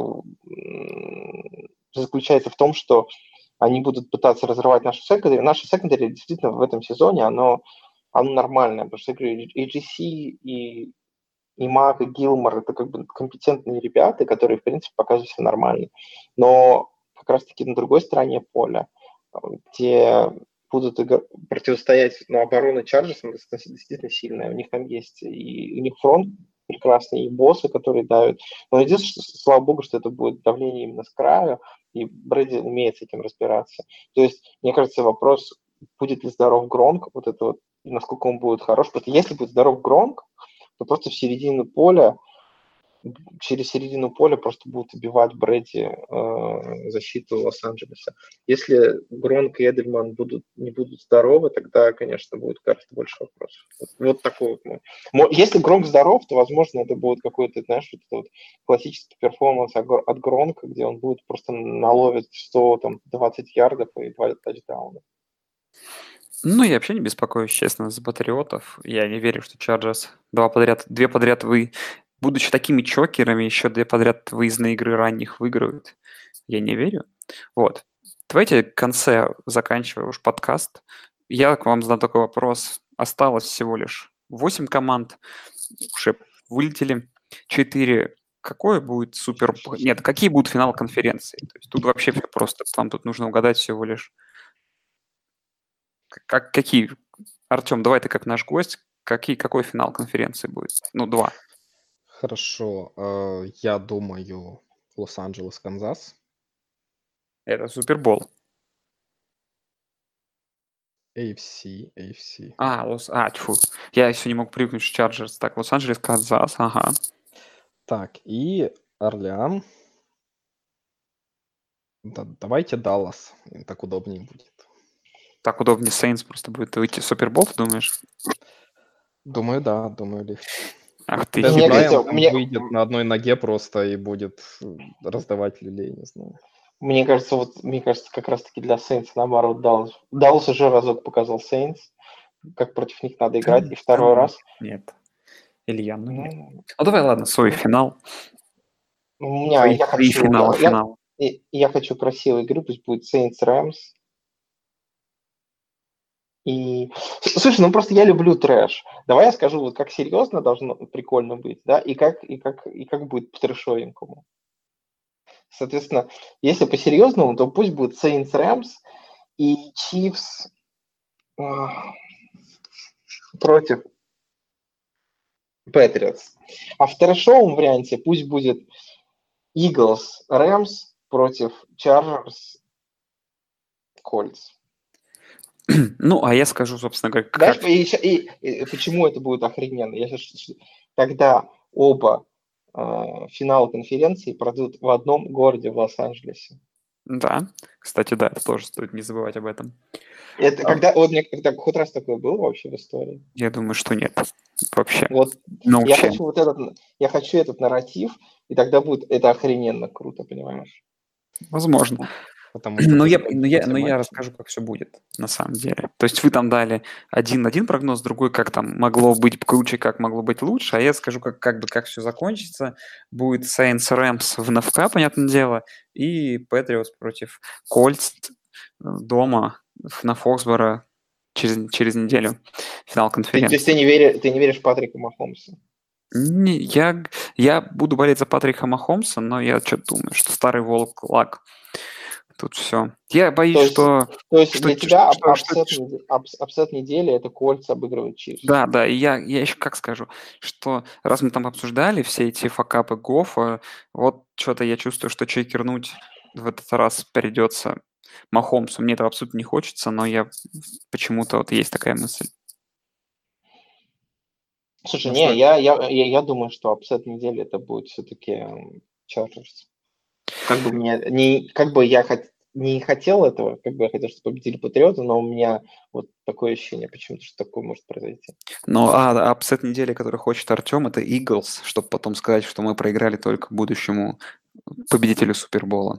э, заключается в том, что они будут пытаться разрывать нашу секондари. Наша секондари действительно в этом сезоне, оно, оно нормальное, потому что я говорю, эй джи си и, и Мак, и Гилмор, это как бы компетентные ребята, которые, в принципе, показывают себя нормально. Но как раз-таки на другой стороне поля, где будут противостоять на оборону Chargers, действительно сильная. У них там есть и у них фронт прекрасный, и боссы, которые давят. Но единственное, что, слава богу, что это будет давление именно с краю, и Брэди умеет с этим разбираться. То есть, мне кажется, вопрос, будет ли здоров Гронк, вот это вот, насколько он будет хорош. Потому что если будет здоров Гронк, то просто в середину поля, через середину поля просто будут убивать Брэди э, защиту Лос-Анджелеса. Если Гронк и Эдельман будут, не будут здоровы, тогда, конечно, будет гораздо больше вопросов. Вот, вот такой вот. Если Гронк здоров, то, возможно, это будет какой-то, знаешь, вот, вот классический перформанс от Гронка, где он будет просто наловить сто двадцать ярдов и два тачдауна. Ну, я вообще не беспокоюсь, честно, за Патриотов. Я не верю, что Chargers два подряд, две подряд вы, будучи такими чокерами, еще две подряд выездные игры ранних выиграют. Я не верю. Вот. Давайте в конце, заканчивая уж подкаст, я к вам задам такой вопрос. Осталось всего лишь восемь команд, уже вылетели четыре. Какой будет супер... Нет, какие будут финал конференции? То есть тут вообще все просто. Вам тут нужно угадать всего лишь Как, какие? Артем, давай ты как наш гость. Какие, какой финал конференции будет? Ну, два. Хорошо. э, Я думаю, Лос-Анджелес, Канзас. Это Супербол. эй эф си, эй эф си. А, Лос... А, тьфу. Я еще не мог привыкнуть, что Чарджерс. Так, Лос-Анджелес, Канзас, ага. Так, и Орлеан. Да, давайте Даллас. Так удобнее будет. Так удобнее Сейнс просто будет выйти в Супербол, ты думаешь? Думаю, да, думаю, легче. Ах ты, Дэс Мне хитрый. кажется, Брайант мне- выйдет на одной ноге просто и будет э, раздавать люлей, не знаю. Мне кажется, вот мне кажется, как раз-таки для Saints наоборот Даллас. Даллас уже разок показал Saints, как против них надо играть, и второй Да, раз. Нет. Илья, ну нет. Ну, Ну давай, ладно, свой финал. у меня Твои я три хочу, финала, я, финал. я- я хочу красивой игры, пусть будет Saints Rams. И слушай, ну просто я люблю трэш. Давай я скажу, вот как серьезно должно прикольно быть, да, и как и как и как будет по трэшовенькому. Соответственно, если по-серьезному, то пусть будет Saints Rams и Chiefs а, против Patriots. А в трэшовом варианте пусть будет Eagles Rams против Chargers Colts. Ну, а я скажу, собственно говоря, Знаешь, как... и, ща- и- и почему это будет охрененно? Я щас- Тогда оба э, финала конференции пройдут в одном городе в Лос-Анджелесе. Да, кстати, да, это тоже стоит не забывать об этом. Это А. когда вот мне когда хоть раз такое было вообще в истории. Я думаю, что нет. Вообще. Вот Ну, я вообще. хочу вот этот, я хочу этот нарратив, и тогда будет это охрененно круто, понимаешь? Возможно. Потому что Но я, после- но, я, после но я матча- расскажу, как все будет на самом деле. То есть вы там дали один один прогноз, другой, как там могло быть круче, как могло быть лучше, а я скажу, как, как бы как все закончится. Будет Saints Rams в эн эф ка, понятное дело, и Patriots против Colts дома на Фоксборо через, через неделю. Финал Ты, то есть конференции. ты не веришь, ты не веришь Патрику Махомсу? Не, я, я буду болеть за Патрика Махомса, но я что-то думаю, что старый волк лак. Тут все. Я боюсь, То есть- что... То есть Что- для тебя что- ап- что- апсет, неде- апс- апсет недели это Кольц обыгрывают Чифс. Да, да, и я, я еще как скажу, что раз мы там обсуждали все эти факапы Гофа, вот что-то я чувствую, что чекернуть в этот раз придется Махомсу. Мне этого абсолютно не хочется, но я почему-то вот есть такая мысль. Слушай, Ну не, что? я, я, я, я думаю, что апсет недели это будет все-таки Чарджерс. Как бы мне не, как бы я хот- не хотел этого, как бы я хотел, чтобы победили Патриоты, но у меня вот такое ощущение почему-то, что такое может произойти. Ну, а апсет недели, который хочет Артем, это Eagles, чтобы потом сказать, что мы проиграли только будущему победителю Супербола.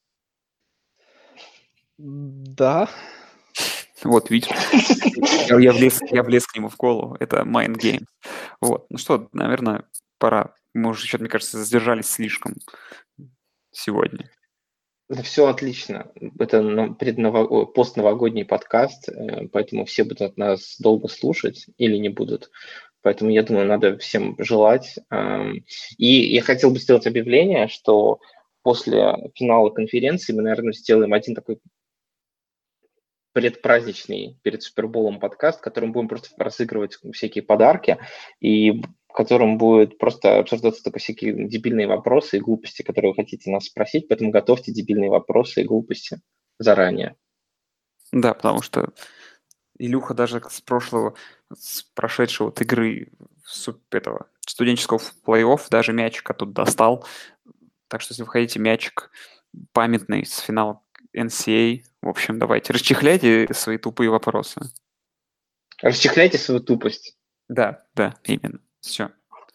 Да, Вот, видишь, я, я влез, я влез к нему в голову. Это Mind Game. Вот. Ну что, наверное, пора. Мы уже, что-то, мне кажется, задержались слишком сегодня. Все отлично. Это на- предново- о, постновогодний подкаст, э, поэтому все будут нас долго слушать или не будут. Поэтому, я думаю, надо всем желать. Эм, И я хотел бы сделать объявление, что после финала конференции мы, наверное, сделаем один такой предпраздничный перед Суперболом подкаст, в котором будем просто разыгрывать всякие подарки, и в котором будет просто обсуждаться только всякие дебильные вопросы и глупости, которые вы хотите нас спросить, поэтому готовьте дебильные вопросы и глупости заранее. Да, потому что Илюха даже с прошлого, с прошедшего вот игры суп- этого студенческого плей-офф даже мячик оттуда достал. Так что, если вы хотите мячик памятный с финала эн си эй, в общем, давайте, расчехляйте свои тупые вопросы. Расчехляйте свою тупость. Да, да, именно. Все.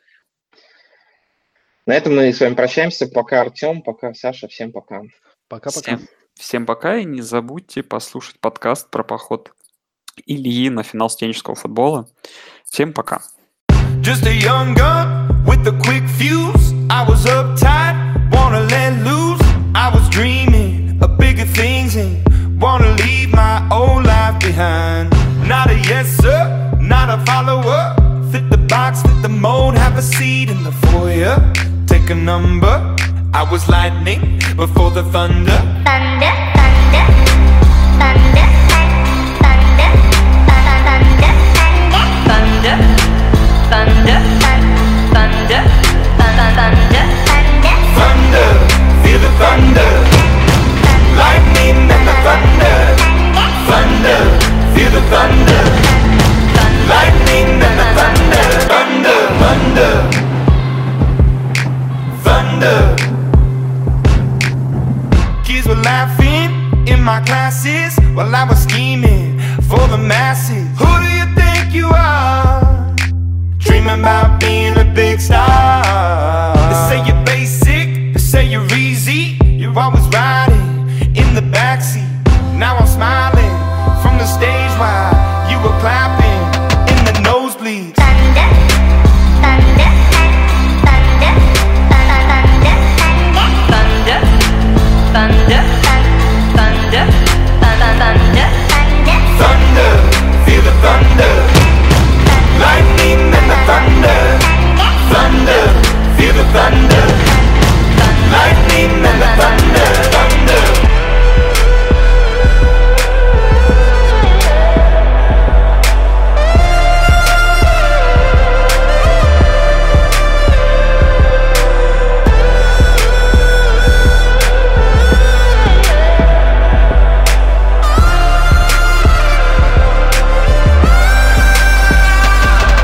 На этом мы с вами прощаемся. Пока, Артем, пока, Саша. Всем пока. пока-пока. Всем, всем пока, и не забудьте послушать подкаст про поход Ильи на финал студенческого футбола. Всем пока. Just a young gun with a quick fuse. I was uptight, wanna let loose. I was dreaming of bigger things and wanna leave my old life behind. Not a yes sir, not a follower. Fit the box, fit the mold, have a seat in the foyer. Take a number. I was lightning before the thunder. Thunder, thunder, thunder, thunder. thunder, thunder, thunder, Thunder, feel the thunder. Lightning and the thunder. Thunder, feel the thunder. Lightning and the thunder. Thunder, thunder. Thunder. Kids were laughing in my classes while I was scheming for the masses. Who do you think you are? Dreaming about being a big star. They say you're basic, they say you're easy. You're always riding in the backseat. Now I'm smiling from the stage while you were clapping in the nosebleeds. thunder, thunder, thunder, thunder, thunder, thunder, thunder, thunder, Thunder, feel the thunder. Lightning and the thunder. Thunder, feel the thunder. Lightning and the thunder. Thunder.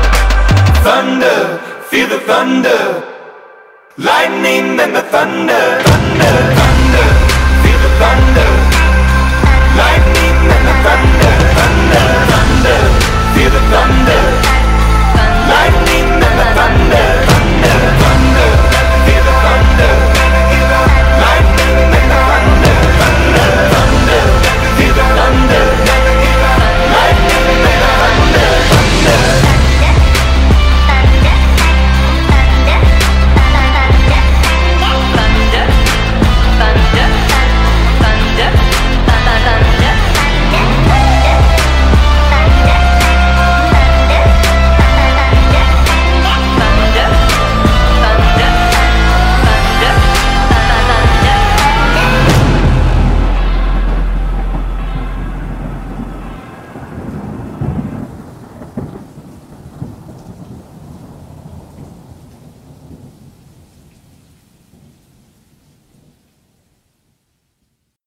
Thunder, feel the thunder. Lightning and the thunder.